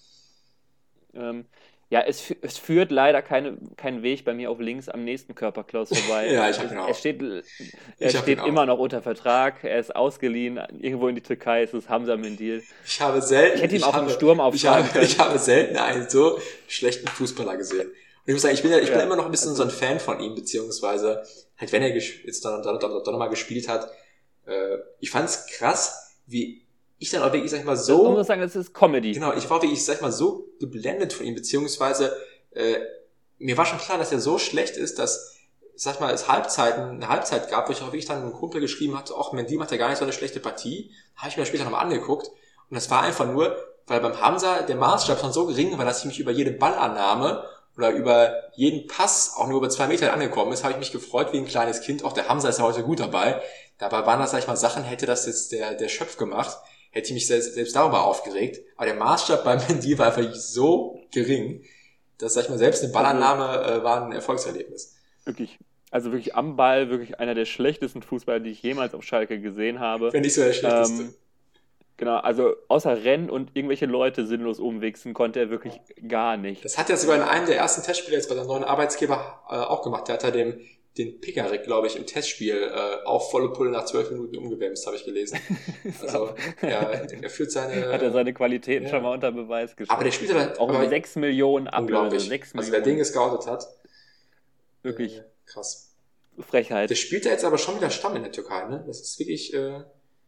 Ähm, ja, es, es führt leider keine, keinen Weg bei mir auf links am nächsten Körperklaus vorbei. Ja, ich hab ihn auch. Er steht, er steht immer noch unter Vertrag, er ist ausgeliehen, irgendwo in die Türkei, es ist Hamza Mendil. Ich habe selten... Ich hätte ihm ich auch habe, einen Sturm aufschlagen ich habe, ich habe selten einen so schlechten Fußballer gesehen. Und ich muss sagen, ich bin, ja, ich bin ja, immer noch ein bisschen also, so ein Fan von ihm, beziehungsweise halt, wenn er ges- jetzt dann, dann, dann, dann nochmal gespielt hat, äh, ich fand's krass, wie ich dann auch wirklich, sag ich mal, so... Man muss sagen, das ist Comedy. Genau, ich war wirklich, sag ich mal, so geblendet von ihm, beziehungsweise äh, mir war schon klar, dass er so schlecht ist, dass, sag ich mal, es Halbzeiten, eine Halbzeit gab, wo ich auch wirklich dann einem Kumpel geschrieben hatte, auch Mendy macht ja gar nicht so eine schlechte Partie. Da habe ich mir das später nochmal angeguckt und das war einfach nur, weil beim Hamza der Maßstab schon so gering war, dass ich mich über jede Ballannahme oder über jeden Pass auch nur über zwei Meter angekommen ist, habe ich mich gefreut wie ein kleines Kind. Auch der Hamza ist ja heute gut dabei. Dabei waren das, sag ich mal, Sachen, hätte das jetzt der, der Schöpf gemacht, hätte ich mich selbst, selbst darüber aufgeregt. Aber der Maßstab beim Mendy war einfach so gering, dass, sag ich mal, selbst eine Ballannahme äh, war ein Erfolgserlebnis. Wirklich. Also wirklich am Ball, wirklich einer der schlechtesten Fußballer, die ich jemals auf Schalke gesehen habe. Wenn nicht so der schlechteste. Ähm, genau, also außer Rennen und irgendwelche Leute sinnlos umwichsen, konnte er wirklich gar nicht. Das hat er sogar in einem der ersten Testspiele jetzt bei seinem neuen Arbeitsgeber äh, auch gemacht. Der hat da dem den Pickerick, glaube ich, im Testspiel äh, auf volle Pulle nach zwölf Minuten umgewämst, habe ich gelesen. Also ja, er führt seine... Hat er seine Qualitäten ja. schon mal unter Beweis gestellt. Aber der spielt halt... Auch mit sechs Millionen Ablöse. sechs also wer den gescoutet hat... Wirklich. Äh, krass. Frechheit. Der spielt ja jetzt aber schon wieder Stamm in der Türkei, ne? Das ist wirklich... Äh,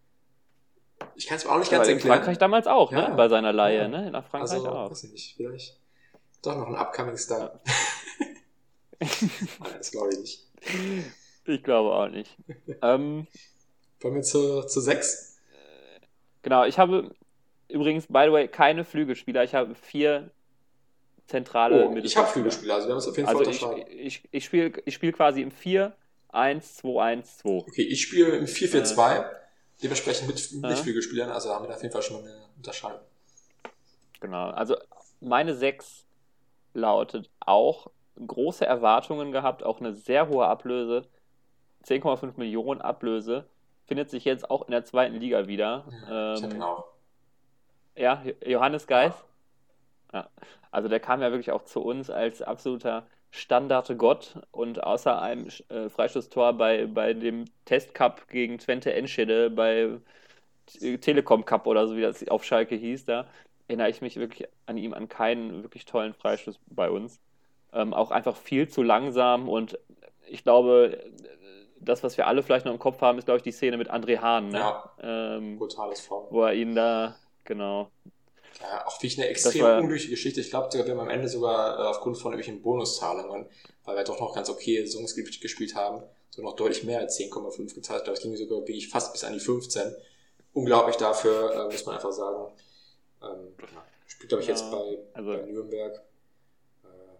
ich kann es mir auch nicht ja, ganz in erklären. Frankreich damals auch, ja. ne? Bei seiner Leihe, ja. ne? Nach Frankreich also, auch. Weiß ich nicht, vielleicht doch noch ein Upcoming Star. Ja. Nein, das glaube ich nicht. Ich glaube auch nicht. ähm, Wollen wir zu, zu sechs? Genau, ich habe übrigens, by the way, keine Flügelspieler. Ich habe vier zentrale oh, ich habe Flügelspieler, also wir haben es auf jeden Fall also unterscheiden. Ich, ich, ich spiele ich spiel quasi im vier eins zwei eins zwei. Okay, ich spiele im vier vier zwei, äh, dementsprechend mit, mit äh. Flügelspielern, also haben wir auf jeden Fall schon mal eine Unterscheidung. Genau, also meine sechs lautet auch große Erwartungen gehabt, auch eine sehr hohe Ablöse, zehn Komma fünf Millionen Ablöse, findet sich jetzt auch in der zweiten Liga wieder. Ja, ich ähm, hab ihn auch. Ja, Johannes Geis. Ja. Also der kam ja wirklich auch zu uns als absoluter Standardgott und außer einem äh, Freistoßtor bei, bei dem Testcup gegen Twente Enschede, bei Telekom Cup oder so, wie das auf Schalke hieß, da erinnere ich mich wirklich an ihm an keinen wirklich tollen Freistoß bei uns. Ähm, auch einfach viel zu langsam und ich glaube, das, was wir alle vielleicht noch im Kopf haben, ist, glaube ich, die Szene mit André Hahn. Ne? Ja, ähm, brutales Foul. Wo er ihn da, genau. Ja, auch wie ich eine extrem war, unglückliche Geschichte. Ich glaube, wir haben am Ende sogar äh, aufgrund von irgendwelchen Bonuszahlungen, weil wir doch noch ganz okay Songs gespielt haben, so noch deutlich mehr als zehn Komma fünf gezahlt. Ich glaube, es ging sogar wirklich fast bis an die fünfzehn. Unglaublich dafür, äh, muss man einfach sagen. Ähm, spielt, glaube ich, jetzt ja, bei, also, bei Nürnberg. Äh,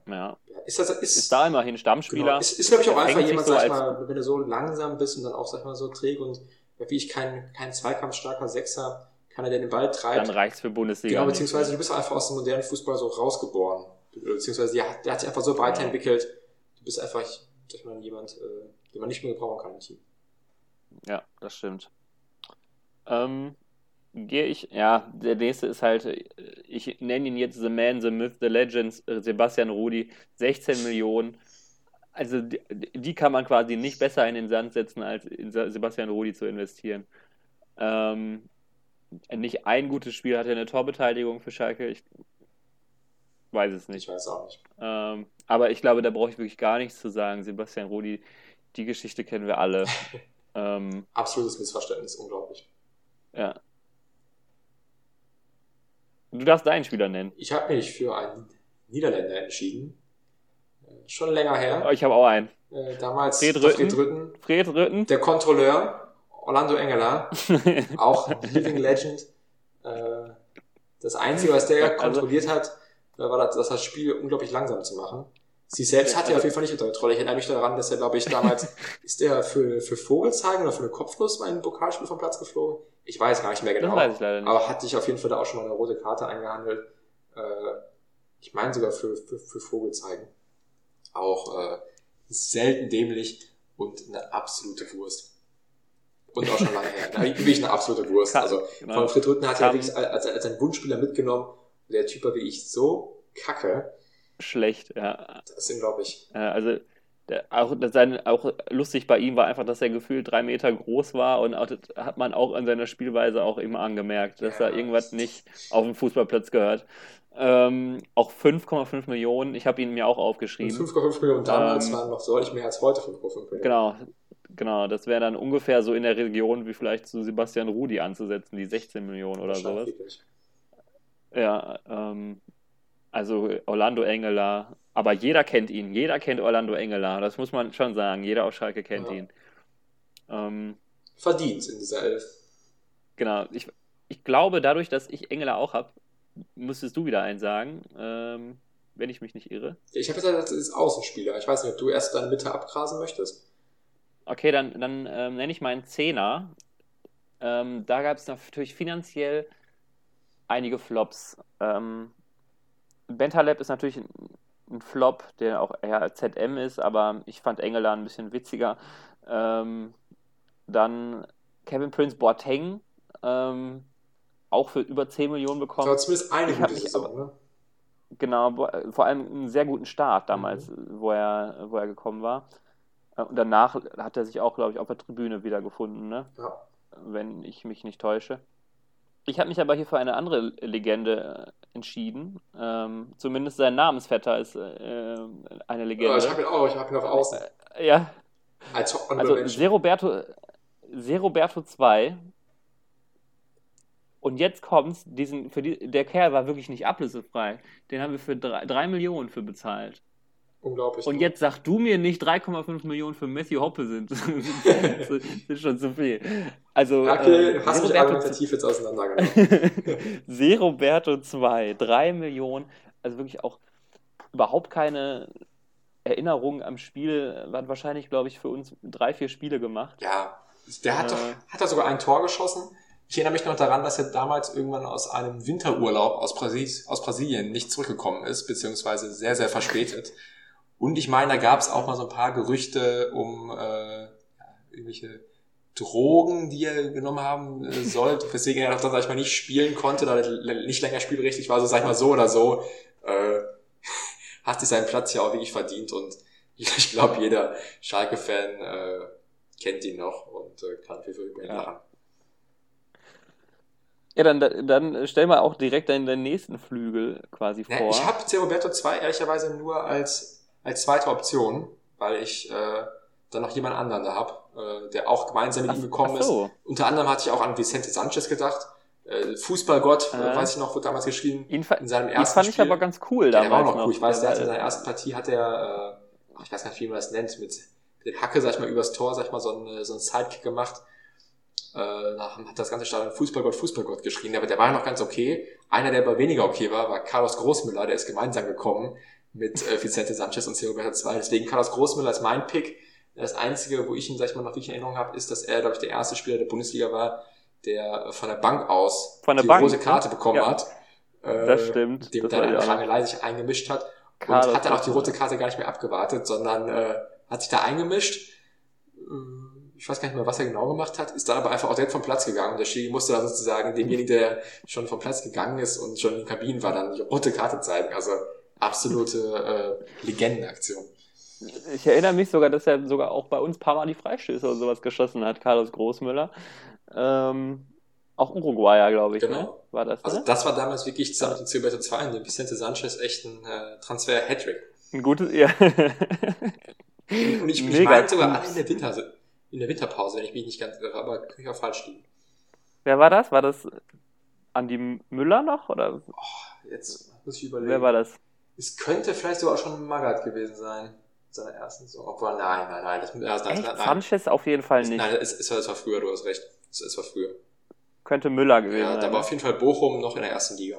Ja. Ist, das, ist, ist da immerhin Stammspieler. Genau. Ist, ist glaube ich, auch einfach jemand, so sag ich mal, wenn du so langsam bist und dann auch, sag ich mal, so träge und wie ich kein, kein zweikampfstarker Sechser, keiner, der den Ball treibt. Dann reicht's für Bundesliga. Genau, beziehungsweise nicht, du bist einfach aus dem modernen Fußball so rausgeboren. Beziehungsweise der hat, der hat sich einfach so weiterentwickelt. Du bist einfach, sag ich mal, jemand, äh, den man nicht mehr gebrauchen kann im Team. Ja, das stimmt. Ähm, gehe ich, ja, der nächste ist halt, ich nenne ihn jetzt The Man, The Myth, The Legend, Sebastian Rudy, sechzehn Millionen. Also die, die kann man quasi nicht besser in den Sand setzen, als in Sebastian Rudy zu investieren. Ähm, nicht ein gutes Spiel hatte eine Torbeteiligung für Schalke, ich weiß es nicht. Ich weiß auch nicht. Ähm, aber ich glaube, da brauche ich wirklich gar nichts zu sagen. Sebastian Rudy, die Geschichte kennen wir alle. ähm, Absolutes Missverständnis, unglaublich. Ja. Du darfst deinen Spieler nennen. Ich habe mich für einen Niederländer entschieden. Schon länger her. Oh, ich habe auch einen. Äh, damals Fred Rütten. Fred Rütten. Fred Rütten. Der Kontrolleur, Orlando Engeler. Auch Living Legend. Äh, das Einzige, was der also, kontrolliert hat, war das, das Spiel unglaublich langsam zu machen. Sie selbst hat er auf jeden Fall nicht unter Kontrolle. Ich erinnere mich daran, dass er, glaube ich, damals, ist der für, für Vogelshagen oder für eine Kopfnuss mal in ein Pokalspiel vom Platz geflogen? Ich weiß gar nicht mehr genau. Das weiß ich leider nicht. Aber hat sich auf jeden Fall da auch schon mal eine rote Karte eingehandelt. Äh, ich meine sogar für, für, für Vogelshagen. Auch äh, selten dämlich und eine absolute Wurst. Und auch schon lange her. Na, wirklich eine absolute Wurst. Kann, also genau. von Fred Rütten hat er wirklich als, als ein Wunschspieler mitgenommen. Der Typ war wie ich so kacke. Schlecht, ja. Das ist unglaublich. Also der, auch, sein, auch lustig bei ihm war einfach, dass er gefühlt drei Meter groß war und auch, das hat man auch an seiner Spielweise auch immer angemerkt, dass ja. da irgendwas nicht auf dem Fußballplatz gehört. Ähm, auch fünf Komma fünf Millionen, ich habe ihn mir auch aufgeschrieben. fünf Komma fünf Millionen damals ähm, waren noch deutlich mehr als heute fünf Komma fünf Millionen. Genau, genau, das wäre dann ungefähr so in der Region wie vielleicht zu Sebastian Rudy anzusetzen, die sechzehn Millionen oder sowas. Wirklich. Ja, ähm, also Orlando Engeler, aber jeder kennt ihn, jeder kennt Orlando Engeler, das muss man schon sagen, jeder auf Schalke kennt ja. ihn. Ähm, Verdient in dieser Elf. Genau, ich, ich glaube, dadurch, dass ich Engeler auch habe, müsstest du wieder einen sagen, ähm, wenn ich mich nicht irre. Ich habe gesagt, das ist Außenspieler. Ich weiß nicht, ob du erst deine Mitte abgrasen möchtest. Okay, dann, dann ähm, nenne ich meinen Zehner. Ähm, da gab es natürlich finanziell einige Flops. Ähm, Bentaleb ist natürlich ein, ein Flop, der auch eher Z M ist, aber ich fand Engeler ein bisschen witziger. Ähm, dann Kevin Prince Boateng, ähm, auch für über zehn Millionen bekommen. Das war zumindest eine ich gute mich, Saison, aber, ne? Genau, vor allem einen sehr guten Start damals, mhm. wo, er, wo er gekommen war. Und danach hat er sich auch, glaube ich, auf der Tribüne wiedergefunden, ne? Ja. Wenn ich mich nicht täusche. Ich habe mich aber hier für eine andere Legende entschieden. Ähm, zumindest sein Namensvetter ist äh, eine Legende. Ja, ich habe ihn auch, ich habe ihn auf Außen. Äh, ja. Als also Seroberto, Seroberto zwei. Und jetzt kommt's, diesen, für die, der Kerl war wirklich nicht ablösefrei. Den haben wir für drei, drei Millionen für bezahlt. Unglaublich. Und jetzt sag du mir nicht, drei Komma fünf Millionen für Matthew Hoppe sind. Das ist schon zu viel. Also, ja, okay, äh, hast du mich argumentativ jetzt auseinandergenommen. Seroberto zwei, drei Millionen. Also wirklich auch überhaupt keine Erinnerung am Spiel. Hat wahrscheinlich, glaube ich, für uns drei, vier Spiele gemacht. Ja, der hat, äh, doch, hat da sogar ein Tor geschossen. Ich erinnere mich noch daran, dass er damals irgendwann aus einem Winterurlaub aus, Brasil- aus Brasilien nicht zurückgekommen ist, beziehungsweise sehr, sehr verspätet. Und ich meine, da gab es auch mal so ein paar Gerüchte um äh, ja, irgendwelche Drogen, die er genommen haben äh, sollte, weswegen er dann, sag ich mal, nicht spielen konnte, da er nicht länger spielberechtigt war, so sag ich mal so oder so, äh, hat sich seinen Platz ja auch wirklich verdient und ich glaube, jeder Schalke-Fan äh, kennt ihn noch und äh, kann viel für ihn ja. lachen. Ja, dann, dann stell mal auch direkt deinen, deinen nächsten Flügel quasi vor. Ja, ich habe Seroberto zwei ehrlicherweise nur als, als zweite Option, weil ich äh, dann noch jemand anderen da habe, äh, der auch gemeinsam mit ach, ihm gekommen ach so. ist. Unter anderem hatte ich auch an Vicente Sanchez gedacht. Äh, Fußballgott, äh, weiß ich noch, wurde damals geschrieben. Ihn fa- in seinem ersten ihn fand Spiel. ich aber ganz cool ja, damals. Der war auch noch cool. noch. Ich weiß, der, der hat in seiner ersten Partie hat er, äh, ich weiß gar nicht, wie man das nennt, mit, mit der Hacke, sag ich mal, übers Tor, sag ich mal, so einen, so einen Sidekick gemacht. Äh, hat das ganze Stadion Fußballgott, Fußballgott geschrien, aber der war ja noch ganz okay. Einer, der aber weniger okay war, war Carlos Großmüller, der ist gemeinsam gekommen. mit äh, Vicente Sanchez und Sergio Berto zwei. Deswegen Carlos Großmüller als mein Pick. Das Einzige, wo ich ihn, sag ich mal, noch wirklich in Erinnerung habe, ist, dass er, glaube ich, der erste Spieler der Bundesliga war, der von der Bank aus von der die Bank, rote Karte ne? bekommen ja. hat. Äh, das stimmt. Dem das dann war eine ja Krangelei sich eingemischt hat. Carlos und hat dann auch die Großmüller. rote Karte gar nicht mehr abgewartet, sondern äh, hat sich da eingemischt. Ich weiß gar nicht mehr, was er genau gemacht hat, ist dann aber einfach auch direkt vom Platz gegangen. Und der Schiri musste dann sozusagen demjenigen, der schon vom Platz gegangen ist und schon in den Kabinen war, dann die rote Karte zeigen. Also absolute äh, Legendenaktion. Ich erinnere mich sogar, dass er sogar auch bei uns ein paar Mal die Freistöße und sowas geschossen hat, Carlos Großmüller. Ähm, auch Uruguayer, glaube ich, Genau. ne? War das, Also ne? das war damals wirklich zusammen Ja. mit dem Silberto zwei und dem Vicente Sanchez echt ein äh, Transfer-Hattrick. Ein gutes, ja. Und ich, ich Mega meine sogar alle Pieps. in der, Winter, in der Winterpause, wenn ich mich nicht ganz irre, aber kann ich auch falsch liegen. Wer war das? War das Andi Müller noch? Oder Jetzt muss ich überlegen. wer war das? Es könnte vielleicht sogar auch schon Magath gewesen sein. Seiner ersten Saison. Obwohl, nein, nein, nein. Das, das, Echt? nein, Sanchez auf jeden Fall das, nicht. nein, es, es, war, es war früher, du hast recht. Es, es war früher. Könnte Müller gewesen Ja, sein. da war ne? auf jeden Fall Bochum noch in der ersten Liga.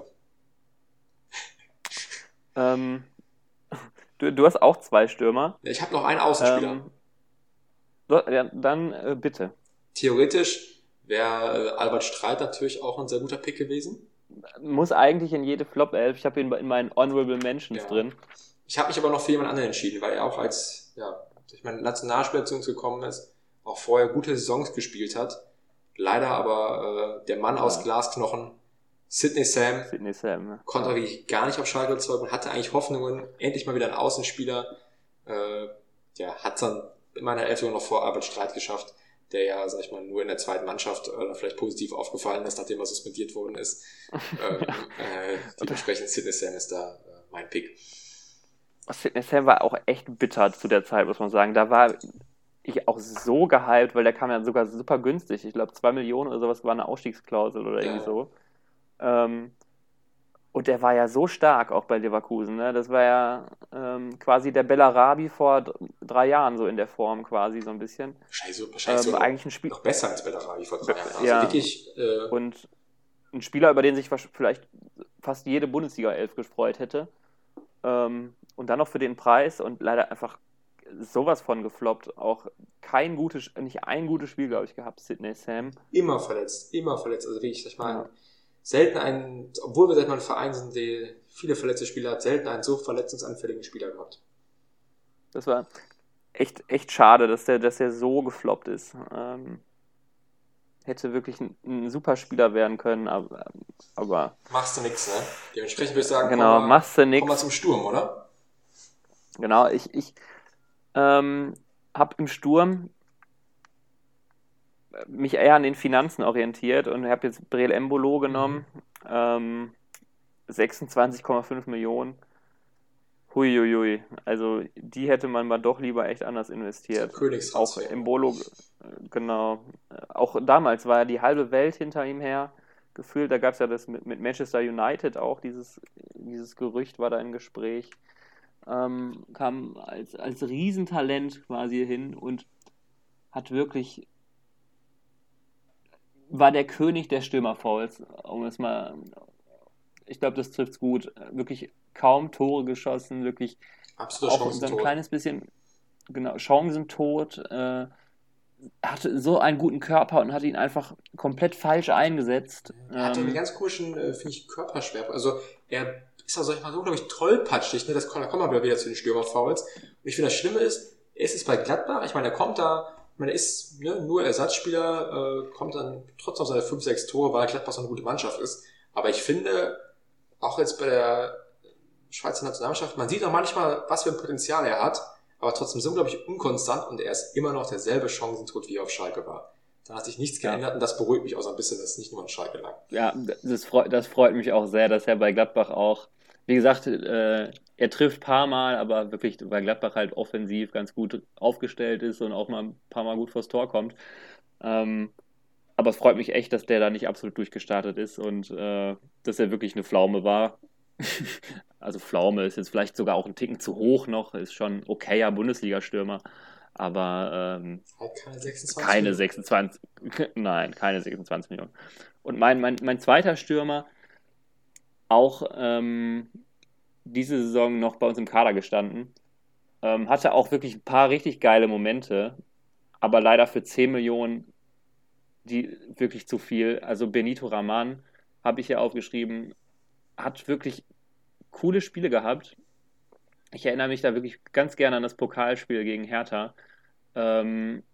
Ähm, du, du hast auch zwei Stürmer. Ich habe noch einen Außenspieler. Ähm, so, ja, dann äh, bitte. Theoretisch wäre äh, Albert Streit natürlich auch ein sehr guter Pick gewesen. Muss eigentlich in jede Flop elf. Ich habe ihn in meinen Honorable Mentions Ja. drin. Ich habe mich aber noch für jemand anderen entschieden, weil er auch als ja, durch meine Nationalspieler zu uns gekommen ist, auch vorher gute Saisons gespielt hat. Leider aber äh, der Mann Ja. aus Glasknochen, Sidney Sam, Sidney Sam. Ne? konnte er wirklich gar nicht auf Schalke überzeugen und hatte eigentlich Hoffnungen, endlich mal wieder einen Außenspieler. Äh, ja, hat dann in meiner Elf sogar noch vor Albert Streit geschafft, der ja, sag ich mal, nur in der zweiten Mannschaft äh, vielleicht positiv aufgefallen ist, nachdem er suspendiert worden ist. ähm, äh, dementsprechend Sidney Sam ist da äh, mein Pick. Sidney Sam war auch echt bitter zu der Zeit, muss man sagen. Da war ich auch so gehypt, weil der kam ja sogar super günstig. Ich glaube, zwei Millionen oder sowas war eine Ausstiegsklausel oder irgendwie Ja. so. Ähm, und der war ja so stark auch bei Leverkusen. Ne? Das war ja ähm, quasi der Bellarabi vor d- drei Jahren so in der Form quasi so ein bisschen. Wahrscheinlich, so, wahrscheinlich Ähm, sogar eigentlich ein Spiel noch besser als Bellarabi vor drei Jahren. Also ja. wirklich, äh, und ein Spieler, über den sich wahrsch- vielleicht fast jede Bundesliga-Elf gefreut hätte. Ähm, und dann noch für den Preis und leider einfach sowas von gefloppt. Auch kein gutes, nicht ein gutes Spiel, glaube ich, gehabt, Sidney Sam. immer verletzt, immer verletzt. Also wirklich, ich meine, Ja. selten einen, obwohl wir seit mal ein Verein sind, der viele verletzte Spieler hat, selten einen so verletzungsanfälligen Spieler gehabt. Das war echt, echt schade, dass der, dass der so gefloppt ist. Ähm, hätte wirklich ein, ein super Spieler werden können, aber, aber Machst du nix, ne? Dementsprechend würde ich sagen, genau, komm, mal, machst du komm mal nix. zum Sturm, oder? Genau, ich, ich ähm, habe im Sturm mich eher an den Finanzen orientiert und habe jetzt Breel Embolo genommen. Ähm, sechsundzwanzig Komma fünf Millionen. Huiuiui. Also die hätte man mal doch lieber echt anders investiert. So Königstransfer. Auch Embolo, äh, genau. Auch damals war ja die halbe Welt hinter ihm her gefühlt. Da gab es ja das mit, mit Manchester United auch, dieses, dieses Gerücht war da im Gespräch. Ähm, kam als, als Riesentalent quasi hin und hat wirklich, war der König der Stürmerfouls, um es mal, ich glaube, das trifft's gut, wirklich kaum Tore geschossen, wirklich Absoluter auch so ein Chancentod. kleines bisschen, genau, Chancentod, äh, hatte so einen guten Körper und hat ihn einfach komplett falsch eingesetzt. Er hat ja einen Ähm, ganz komischen, äh, finde ich, Körperschwerpunkt. Also er ist ja, sag ich mal, so, glaube ich, tollpatschig, ne? Das kommt, da kommen wir wieder zu den Stürmerfouls. Und ich finde, das Schlimme ist, er ist es bei Gladbach, ich meine, er kommt da, ich meine, er ist ne, nur Ersatzspieler, äh, kommt dann trotzdem auf seine fünf, sechs Tore, weil Gladbach so eine gute Mannschaft ist. Aber ich finde, auch jetzt bei der Schweizer Nationalmannschaft, man sieht auch manchmal, was für ein Potenzial er hat, aber trotzdem so unglaublich unkonstant und er ist immer noch derselbe Chancentod, wie er auf Schalke war. Da hat sich nichts Ja. geändert und das beruhigt mich auch so ein bisschen, dass es nicht nur an Schalke lag. ja, das freut, das freut mich auch sehr, dass er bei Gladbach auch, wie gesagt, äh, er trifft ein paar Mal, aber wirklich bei Gladbach halt offensiv ganz gut aufgestellt ist und auch mal ein paar Mal gut vors Tor kommt. Ähm, aber es freut mich echt, dass der da nicht absolut durchgestartet ist und äh, dass er wirklich eine Pflaume war. Also Pflaume ist jetzt vielleicht sogar auch ein Ticken zu hoch noch, ist schon okayer Bundesliga-Stürmer, aber ähm, Halt keine sechsundzwanzig keine Minuten. sechsundzwanzig, nein, keine sechsundzwanzig Millionen. Und mein, mein, mein zweiter Stürmer, auch ähm, diese Saison noch bei uns im Kader gestanden. Ähm, hatte auch wirklich ein paar richtig geile Momente, aber leider für zehn Millionen die wirklich zu viel. Also Benito Raman, habe ich hier aufgeschrieben, hat wirklich coole Spiele gehabt. Ich erinnere mich da wirklich ganz gerne an das Pokalspiel gegen Hertha. Ähm,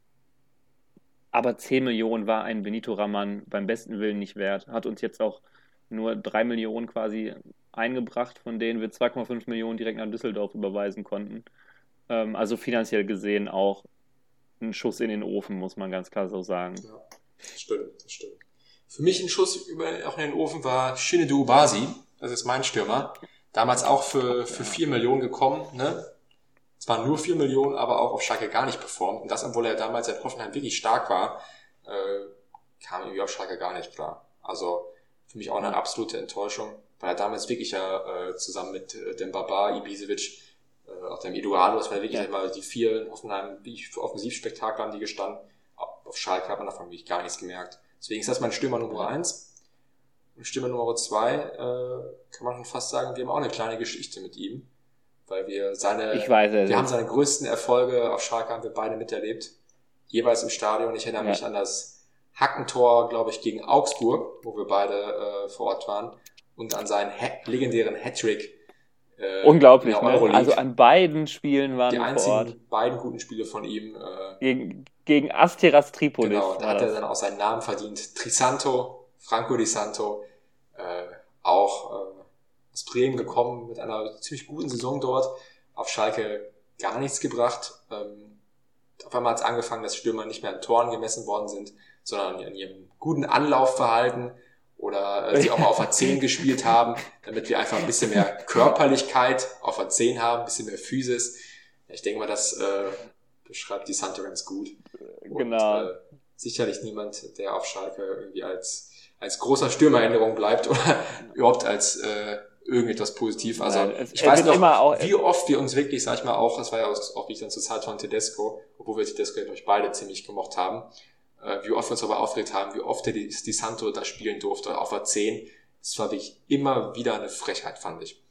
aber zehn Millionen war ein Benito Raman beim besten Willen nicht wert. Hat uns jetzt auch nur drei Millionen quasi eingebracht, von denen wir zwei Komma fünf Millionen direkt nach Düsseldorf überweisen konnten. Ähm, also finanziell gesehen auch ein Schuss in den Ofen, muss man ganz klar so sagen. Ja, das stimmt, das stimmt. Für mich ein Schuss über, auch in den Ofen war Shinedu Ubasi, das ist mein Stürmer. Damals auch für, für vier Millionen gekommen, ne? Zwar nur vier Millionen, aber auch auf Schalke gar nicht performt. Und das, obwohl er damals in Hoffenheim wirklich stark war, äh, kam irgendwie auf Schalke gar nicht klar. Also für mich auch eine absolute Enttäuschung, weil er damals wirklich ja äh, zusammen mit äh, dem Baba, Ibisevic, äh, auch dem Eduardo, das waren wirklich ja. immer die vier in Hoffenheim, wie für Offensivspektakel haben die gestanden. Auf Schalke hat man davon wirklich gar nichts gemerkt. Deswegen ist das mein Stürmer Nummer eins. Und Stürmer Nummer zwei, äh, kann man schon fast sagen, wir haben auch eine kleine Geschichte mit ihm. Weil wir seine, ich weiß, wir haben seine größten Erfolge auf Schalke haben wir beide miterlebt. Jeweils im Stadion. Ich erinnere mich ja. an das Hackentor, glaube ich, gegen Augsburg, wo wir beide äh, vor Ort waren. Und an seinen ha- legendären Hattrick. Äh, Unglaublich, ne? Also an beiden Spielen waren die wir einzigen vor Ort. beiden guten Spiele von ihm. Äh, gegen, gegen Asteras Tripolis. Genau, da hat er dann auch seinen Namen verdient. Trisanto, Franco Di Santo, äh, auch äh, aus Bremen gekommen, mit einer ziemlich guten Saison dort, auf Schalke gar nichts gebracht. Ähm, auf einmal hat es angefangen, dass Stürmer nicht mehr an Toren gemessen worden sind, sondern an ihrem guten Anlaufverhalten oder äh, sie auch mal auf der zehn gespielt haben, damit wir einfach ein bisschen mehr Körperlichkeit auf der zehn haben, ein bisschen mehr Physis. Ich denke mal, das äh, beschreibt Di Santo ganz gut. Und, genau. Äh, sicherlich niemand, der auf Schalke irgendwie als, als großer Stürmeränderung bleibt oder überhaupt als äh, irgendetwas positiv. Also Nein, es, ich weiß noch, auch, wie oft wir uns wirklich, sag ich mal, auch, das war ja auch wie ich dann zur Zeit von Tedesco, obwohl wir Tedesco glaube ich beide ziemlich gemocht haben, äh, wie oft wir uns aber aufgeregt haben, wie oft der Di, Di Santo da spielen durfte auf der zehn. Das war wirklich immer wieder eine Frechheit, fand ich.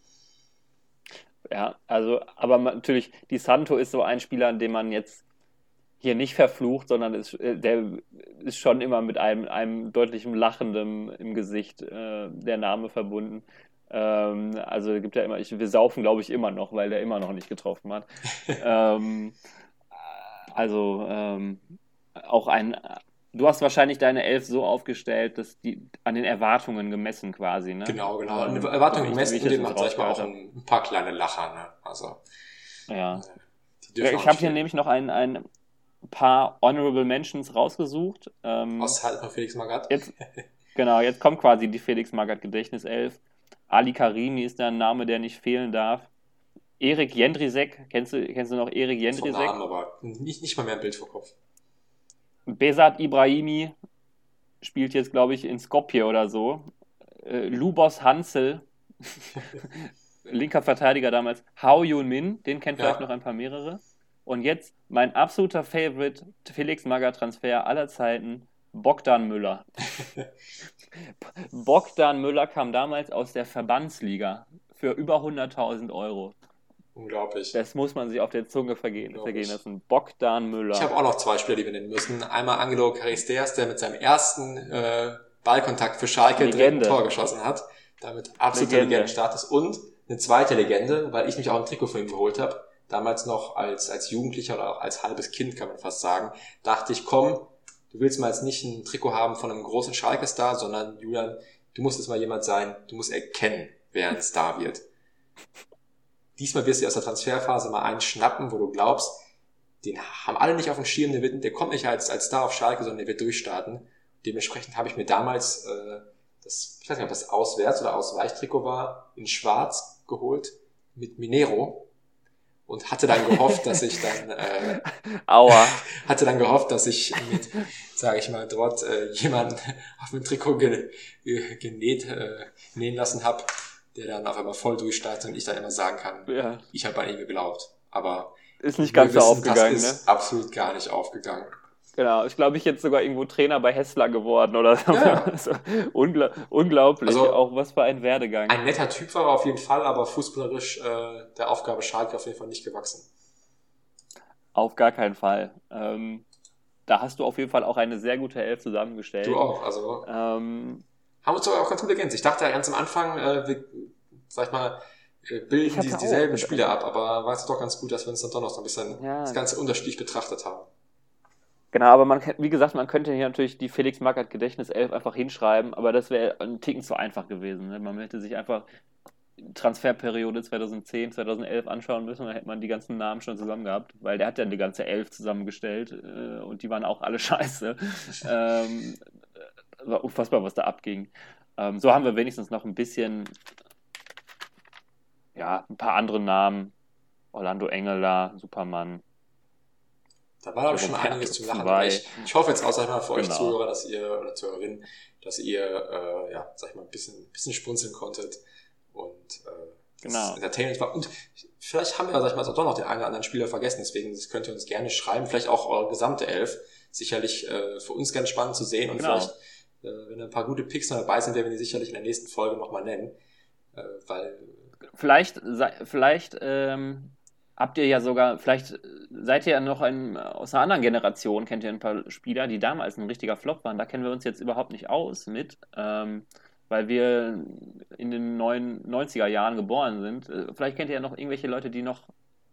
Ja, also, aber natürlich, Di Santo ist so ein Spieler, an dem man jetzt hier nicht verflucht, sondern ist, der ist schon immer mit einem, einem deutlichen Lachendem im Gesicht äh, der Name verbunden. Ähm, also gibt ja immer, ich, wir saufen glaube ich immer noch, weil der immer noch nicht getroffen hat. ähm, also ähm, auch ein, du hast wahrscheinlich deine Elf so aufgestellt, dass die an den Erwartungen gemessen quasi, ne? Genau, genau. An den Erwartungen gemessen, und dem hat, sag ich mal, auch ein, ein paar kleine Lacher, ne? Also. Ja. Die ja ich habe hier nämlich noch ein, ein paar Honorable Mentions rausgesucht. Ähm, Außerhalb von Felix Magath. Jetzt, genau, jetzt kommt quasi die Felix Magath Gedächtniself. Ali Karimi ist da ein Name, der nicht fehlen darf. Erik Jendrisek, kennst du, kennst du noch Erik Jendrisek? Vom Namen, aber nicht, nicht mal mehr ein Bild vor Kopf. Besat Ibrahimi spielt jetzt, glaube ich, in Skopje oder so. Äh, Lubos Hansel, linker Verteidiger damals. Hao Yun-min, den kennt vielleicht ja. noch ein paar mehrere. Und jetzt mein absoluter Favorite Felix Magath Transfer aller Zeiten, Bogdan Müller. Bogdan Müller kam damals aus der Verbandsliga für über hunderttausend Euro. Unglaublich. Das muss man sich auf der Zunge vergehen, vergehen lassen. Bogdan Müller. Ich habe auch noch zwei Spieler, die wir nennen müssen. Einmal Angelo Caristeas, der mit seinem ersten äh, Ballkontakt für Schalke direkt ein Tor geschossen hat. Damit absoluter Legendenstatus. Und eine zweite Legende, weil ich mich auch ein Trikot von ihm geholt habe. Damals noch als als Jugendlicher oder auch als halbes Kind, kann man fast sagen, dachte ich, komm, du willst mal jetzt nicht ein Trikot haben von einem großen Schalke-Star, sondern Julian, du musst jetzt mal jemand sein, du musst erkennen, wer ein Star wird. Diesmal wirst du aus der Transferphase mal einen schnappen, wo du glaubst, den haben alle nicht auf dem Schirm, der, wird, der kommt nicht als als Star auf Schalke, sondern der wird durchstarten. Dementsprechend habe ich mir damals, äh, das, ich weiß nicht, ob das Auswärts- oder Ausweichtrikot war, in Schwarz geholt mit Minero. Und hatte dann gehofft, dass ich dann äh, Aua. hatte dann gehofft, dass ich mit, sage ich mal, dort äh, jemanden auf dem Trikot ge, ge, genäht, äh, nähen lassen habe, der dann auf einmal voll durchstartet und ich dann immer sagen kann, ja. Ich habe an ihn geglaubt. Aber ist nicht ganz so aufgegangen, das ist ne? absolut gar nicht aufgegangen. Genau, ich glaube, ich jetzt sogar irgendwo Trainer bei Hessler geworden oder so. Ja. so ungl- unglaublich, Also, auch was für ein Werdegang. Ein netter Typ war er auf jeden Fall, aber fußballerisch äh, der Aufgabe Schalke auf jeden Fall nicht gewachsen. Auf gar keinen Fall. Ähm, da hast du auf jeden Fall auch eine sehr gute Elf zusammengestellt. Du auch, also Ähm, haben uns aber auch ganz gut ergänzt. Ich dachte ja ganz am Anfang, äh, wir, sag ich mal, äh, bilden die, dieselben auch, Spiele ab, aber war es doch ganz gut, dass wir uns dann doch noch so ein bisschen ja, das Ganze unterschiedlich betrachtet haben. Genau, aber man, kann- wie gesagt, man könnte hier natürlich die Felix Magath Gedächtniself einfach hinschreiben, aber das wäre ein Ticken zu einfach gewesen. Ne? Man hätte sich einfach Transferperiode zweitausendzehn, zweitausendelf anschauen müssen, dann hätte man die ganzen Namen schon zusammen gehabt, weil der hat ja die ganze Elf zusammengestellt äh, und die waren auch alle scheiße. ähm, war unfassbar, was da abging. Ähm, so haben wir wenigstens noch ein bisschen, ja, ein paar andere Namen. Orlando Engeler, Superman. Da war aber schon einiges zum Lachen dabei. Ich, ich hoffe jetzt auch, sag ich mal, für euch Genau. Zuhörer, dass ihr, oder Zuhörerinnen, dass ihr, äh, ja, sag ich mal, ein bisschen, bisschen spunzeln konntet und äh, Genau. das Entertainment war. Und vielleicht haben wir, sag ich mal, auch doch noch den einen oder anderen Spieler vergessen, deswegen das könnt ihr uns gerne schreiben, vielleicht auch eure gesamte Elf. Sicherlich äh, für uns ganz spannend zu sehen und Genau. vielleicht, äh, wenn ein paar gute Picks noch dabei sind, werden wir die sicherlich in der nächsten Folge nochmal nennen, äh, weil Vielleicht, sei- vielleicht ähm, habt ihr ja sogar, vielleicht seid ihr ja noch ein, aus einer anderen Generation, kennt ihr ein paar Spieler, die damals ein richtiger Flop waren. Da kennen wir uns jetzt überhaupt nicht aus mit, ähm, weil wir in den neun, neunziger Jahren geboren sind. Äh, Vielleicht kennt ihr ja noch irgendwelche Leute, die noch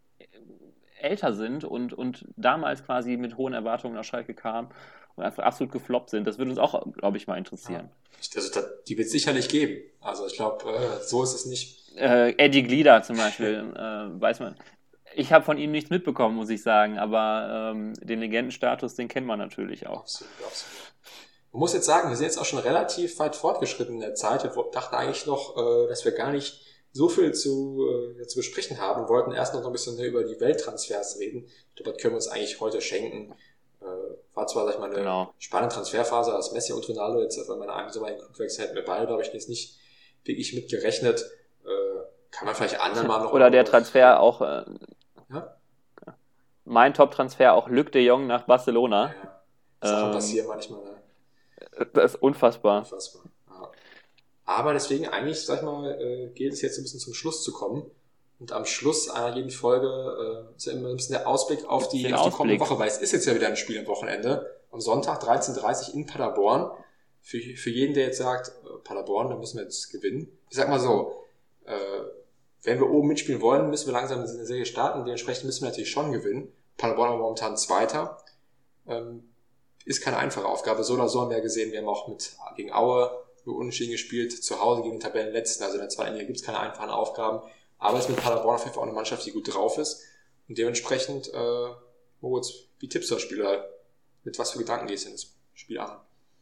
älter sind und, und damals quasi mit hohen Erwartungen nach Schalke kamen und einfach absolut gefloppt sind. Das würde uns auch, glaube ich, mal interessieren. also, da, die wird es sicherlich geben. Also ich glaube, äh, so ist es nicht. Äh, Eddie Glieder zum Beispiel, äh, weiß man. Ich habe von ihm nichts mitbekommen, muss ich sagen, aber ähm, den Legendenstatus, den kennt man natürlich auch. Absolut, absolut. Man muss jetzt sagen, wir sind jetzt auch schon relativ weit fortgeschritten in der Zeit. Wir dachten eigentlich noch, äh, dass wir gar nicht so viel zu, äh, zu besprechen haben. Wir wollten erst noch ein bisschen über die Welttransfers reden. Ich glaube, das können wir uns eigentlich heute schenken. Äh, war zwar, sag ich mal, eine Genau. spannende Transferphase, als Messi und Ronaldo jetzt auf einmal in einem Sommer in den Club wechseln, hätten wir beide, glaube ich, jetzt nicht wirklich mit gerechnet. Äh, kann man vielleicht anderen mal noch... Oder der Transfer auch, äh, Ja? mein Top-Transfer auch Luc de Jong nach Barcelona. Ja, Sachen Ähm, passieren manchmal. Ne? Das ist unfassbar. Unfassbar. Ja. Aber deswegen eigentlich, sag ich mal, äh, gilt es jetzt ein bisschen zum Schluss zu kommen. Und am Schluss einer jeden Folge äh, ist ja immer ein bisschen der Ausblick auf die, Den auf die kommende Ausblick. Woche, weil es ist jetzt ja wieder ein Spiel am Wochenende. Am Sonntag dreizehn Uhr dreißig in Paderborn. Für, für jeden, der jetzt sagt, äh, Paderborn, da müssen wir jetzt gewinnen. Ich sag mal so, äh, wenn wir oben mitspielen wollen, müssen wir langsam in der Serie starten. Dementsprechend müssen wir natürlich schon gewinnen. Paderborn aber momentan Zweiter. Ähm, ist keine einfache Aufgabe. So oder so haben wir ja gesehen, wir haben auch mit gegen Aue nur unentschieden gespielt, zu Hause gegen den Tabellenletzten. Also in der zweiten Liga gibt es keine einfachen Aufgaben. Aber es ist mit Paderborn auf jeden Fall auch eine Mannschaft, die gut drauf ist. Und dementsprechend, äh, Moritz, wie tippst du das Spiel? Oder mit was für Gedanken gehst du in das Spiel an?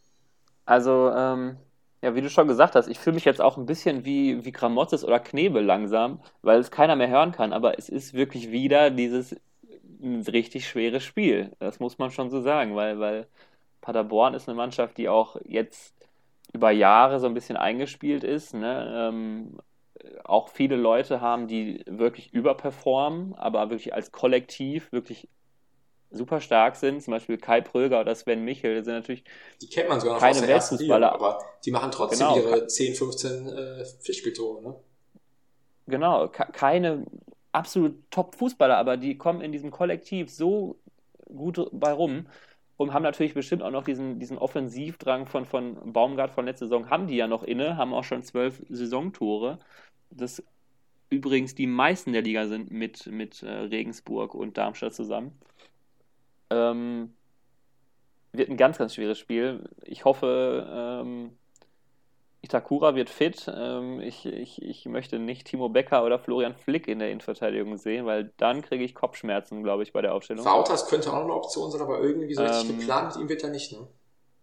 Also, ähm, ja, wie du schon gesagt hast, ich fühle mich jetzt auch ein bisschen wie, wie Gramotzes oder Knebel langsam, weil es keiner mehr hören kann, aber es ist wirklich wieder dieses ein richtig schweres Spiel. Das muss man schon so sagen, weil, weil Paderborn ist eine Mannschaft, die auch jetzt über Jahre so ein bisschen eingespielt ist, ne? Ähm, auch viele Leute haben, die wirklich überperformen, aber wirklich als Kollektiv wirklich super stark sind. Zum Beispiel Kai Pröger oder Sven Michel sind natürlich Die kennt man sogar noch keine aus der ersten Liga, Weltfußballer. aber die machen trotzdem Genau. ihre zehn, fünfzehn äh, Pflichtspieltore, ne? Genau, ke- keine absolut Top-Fußballer, aber die kommen in diesem Kollektiv so gut bei rum und haben natürlich bestimmt auch noch diesen, diesen Offensivdrang von, von Baumgart von letzter Saison, haben die ja noch inne, haben auch schon zwölf Saisontore. Das übrigens die meisten der Liga sind mit, mit äh, Regensburg und Darmstadt zusammen. Ähm, wird ein ganz, ganz schweres Spiel. Ich hoffe, ähm, Itakura wird fit. Ähm, ich, ich, ich möchte nicht Timo Becker oder Florian Flick in der Innenverteidigung sehen, weil dann kriege ich Kopfschmerzen, glaube ich, bei der Aufstellung. Wouters könnte auch noch eine Option sein, aber irgendwie so richtig Ähm, geplant mit ihm wird er nicht, ne?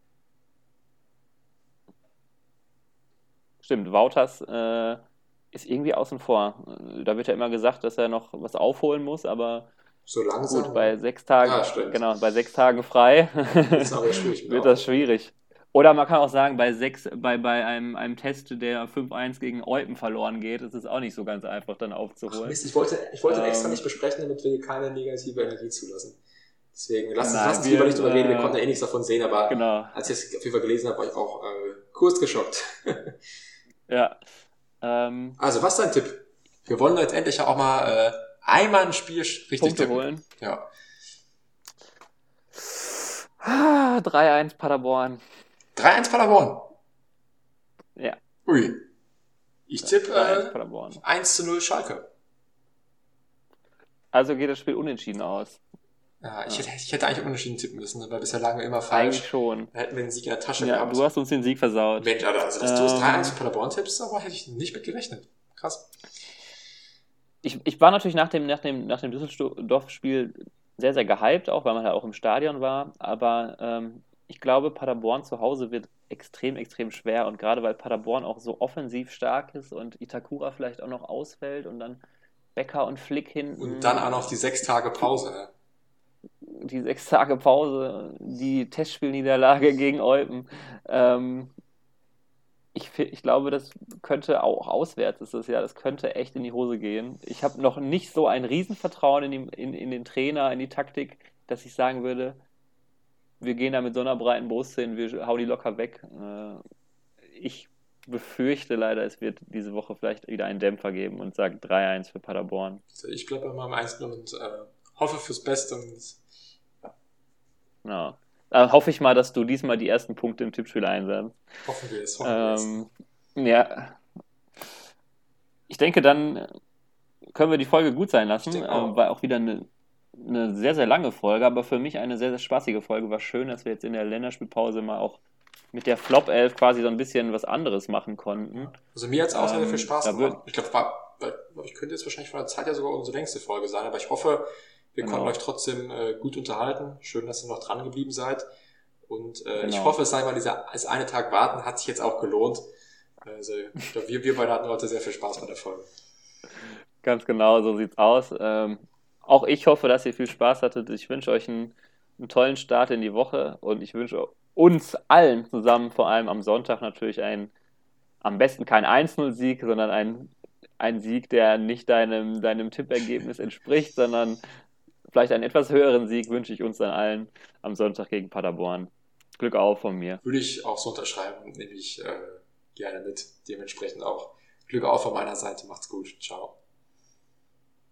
Stimmt, Wouters äh, ist irgendwie außen vor. Äh, Da wird ja immer gesagt, dass er noch was aufholen muss, aber So langsam. gut, bei sechs Tagen, Ja, stimmt. genau, bei sechs Tagen frei Ist aber schwierig mit wird der das schwierig. Oder man kann auch sagen, bei sechs, bei, bei einem, einem Test, der fünf eins gegen Eupen verloren geht, ist es auch nicht so ganz einfach, dann Ach aufzuholen. Mist, ich wollte, ich wollte Ähm, extra nicht besprechen, damit wir keine negative Energie zulassen. Deswegen lass uns, Nein, lass uns wir, lieber nicht drüber reden, wir äh, konnten ja eh nichts davon sehen, aber Genau, als ich es auf jeden Fall gelesen habe, war ich auch äh, kurz geschockt. ja. Ähm, Also, was ist dein Tipp? Wir wollen jetzt endlich auch mal äh, einmal ein Spiel richtig Punkte tippen. holen. Ja. Ah, drei eins Paderborn. drei eins Paderborn. Ja, Ui. Ich tippe drei eins äh, Paderborn. eins zu null Schalke. Also geht das Spiel unentschieden aus. Ja, ich, Ja. hätte, ich hätte eigentlich unentschieden tippen müssen, weil bisher lange immer falsch. Eigentlich schon. Da hätten wir den Sieg in der Tasche Ja, gehabt. du hast uns den Sieg versaut. Mensch, Alter, also dass du das Ähm, drei eins für Paderborn tippst, aber hätte ich nicht mit gerechnet. Krass. ich, ich war natürlich nach dem, nach dem, nach dem Düsseldorf-Spiel sehr, sehr gehypt, auch weil man halt auch im Stadion war. Aber ähm, ich glaube, Paderborn zu Hause wird extrem, extrem schwer. Und gerade weil Paderborn auch so offensiv stark ist und Itakura vielleicht auch noch ausfällt und dann Becker und Flick hinten. Und dann auch noch die sechs Tage Pause. Ne? Die sechs Tage Pause, die Testspielniederlage gegen Eupen. Ähm, ich, ich glaube, das könnte auch auswärts ist das ja, das könnte echt in die Hose gehen. Ich habe noch nicht so ein Riesenvertrauen in, die, in, in den Trainer, in die Taktik, dass ich sagen würde, wir gehen da mit so einer breiten Brust hin, wir hauen die locker weg. Äh, ich befürchte leider, es wird diese Woche vielleicht wieder einen Dämpfer geben und sage drei eins für Paderborn. Also ich bleibe immer im eins null und äh, hoffe fürs Beste. Und Ja. Äh, hoffe ich mal, dass du diesmal die ersten Punkte im Tippspiel einsetzt. hoffen wir es. Hoffen wir es. Ähm, ja. Ich denke, dann können wir die Folge gut sein lassen. Ich denke auch. Ähm, war auch wieder eine, eine sehr, sehr lange Folge, aber für mich eine sehr, sehr spaßige Folge. War schön, dass wir jetzt in der Länderspielpause mal auch mit der Flop elf quasi so ein bisschen was anderes machen konnten. Also mir hat es auch sehr Ähm, viel Spaß da gemacht. wird- Ich glaube, war, ich könnte jetzt wahrscheinlich von der Zeit ja sogar unsere längste Folge sein, aber ich hoffe, wir Genau. konnten euch trotzdem äh, gut unterhalten. Schön, dass ihr noch dran geblieben seid. Und äh, ich Genau. hoffe, es sei mal dieser als eine Tag warten, hat sich jetzt auch gelohnt. Also ich glaube, wir, wir beide hatten heute sehr viel Spaß bei der Folge. Ganz genau, so sieht's aus. Ähm, auch ich hoffe, dass ihr viel Spaß hattet. Ich wünsche euch einen, einen tollen Start in die Woche und ich wünsche uns allen zusammen, vor allem am Sonntag natürlich einen, am besten kein eins null Sieg, sondern ein, ein Sieg, der nicht deinem, deinem Tippergebnis entspricht, sondern vielleicht einen etwas höheren Sieg wünsche ich uns dann allen am Sonntag gegen Paderborn. Glück auf von mir. Würde ich auch so unterschreiben, nehme ich äh, gerne mit. Dementsprechend auch Glück auf von meiner Seite. Macht's gut. Ciao.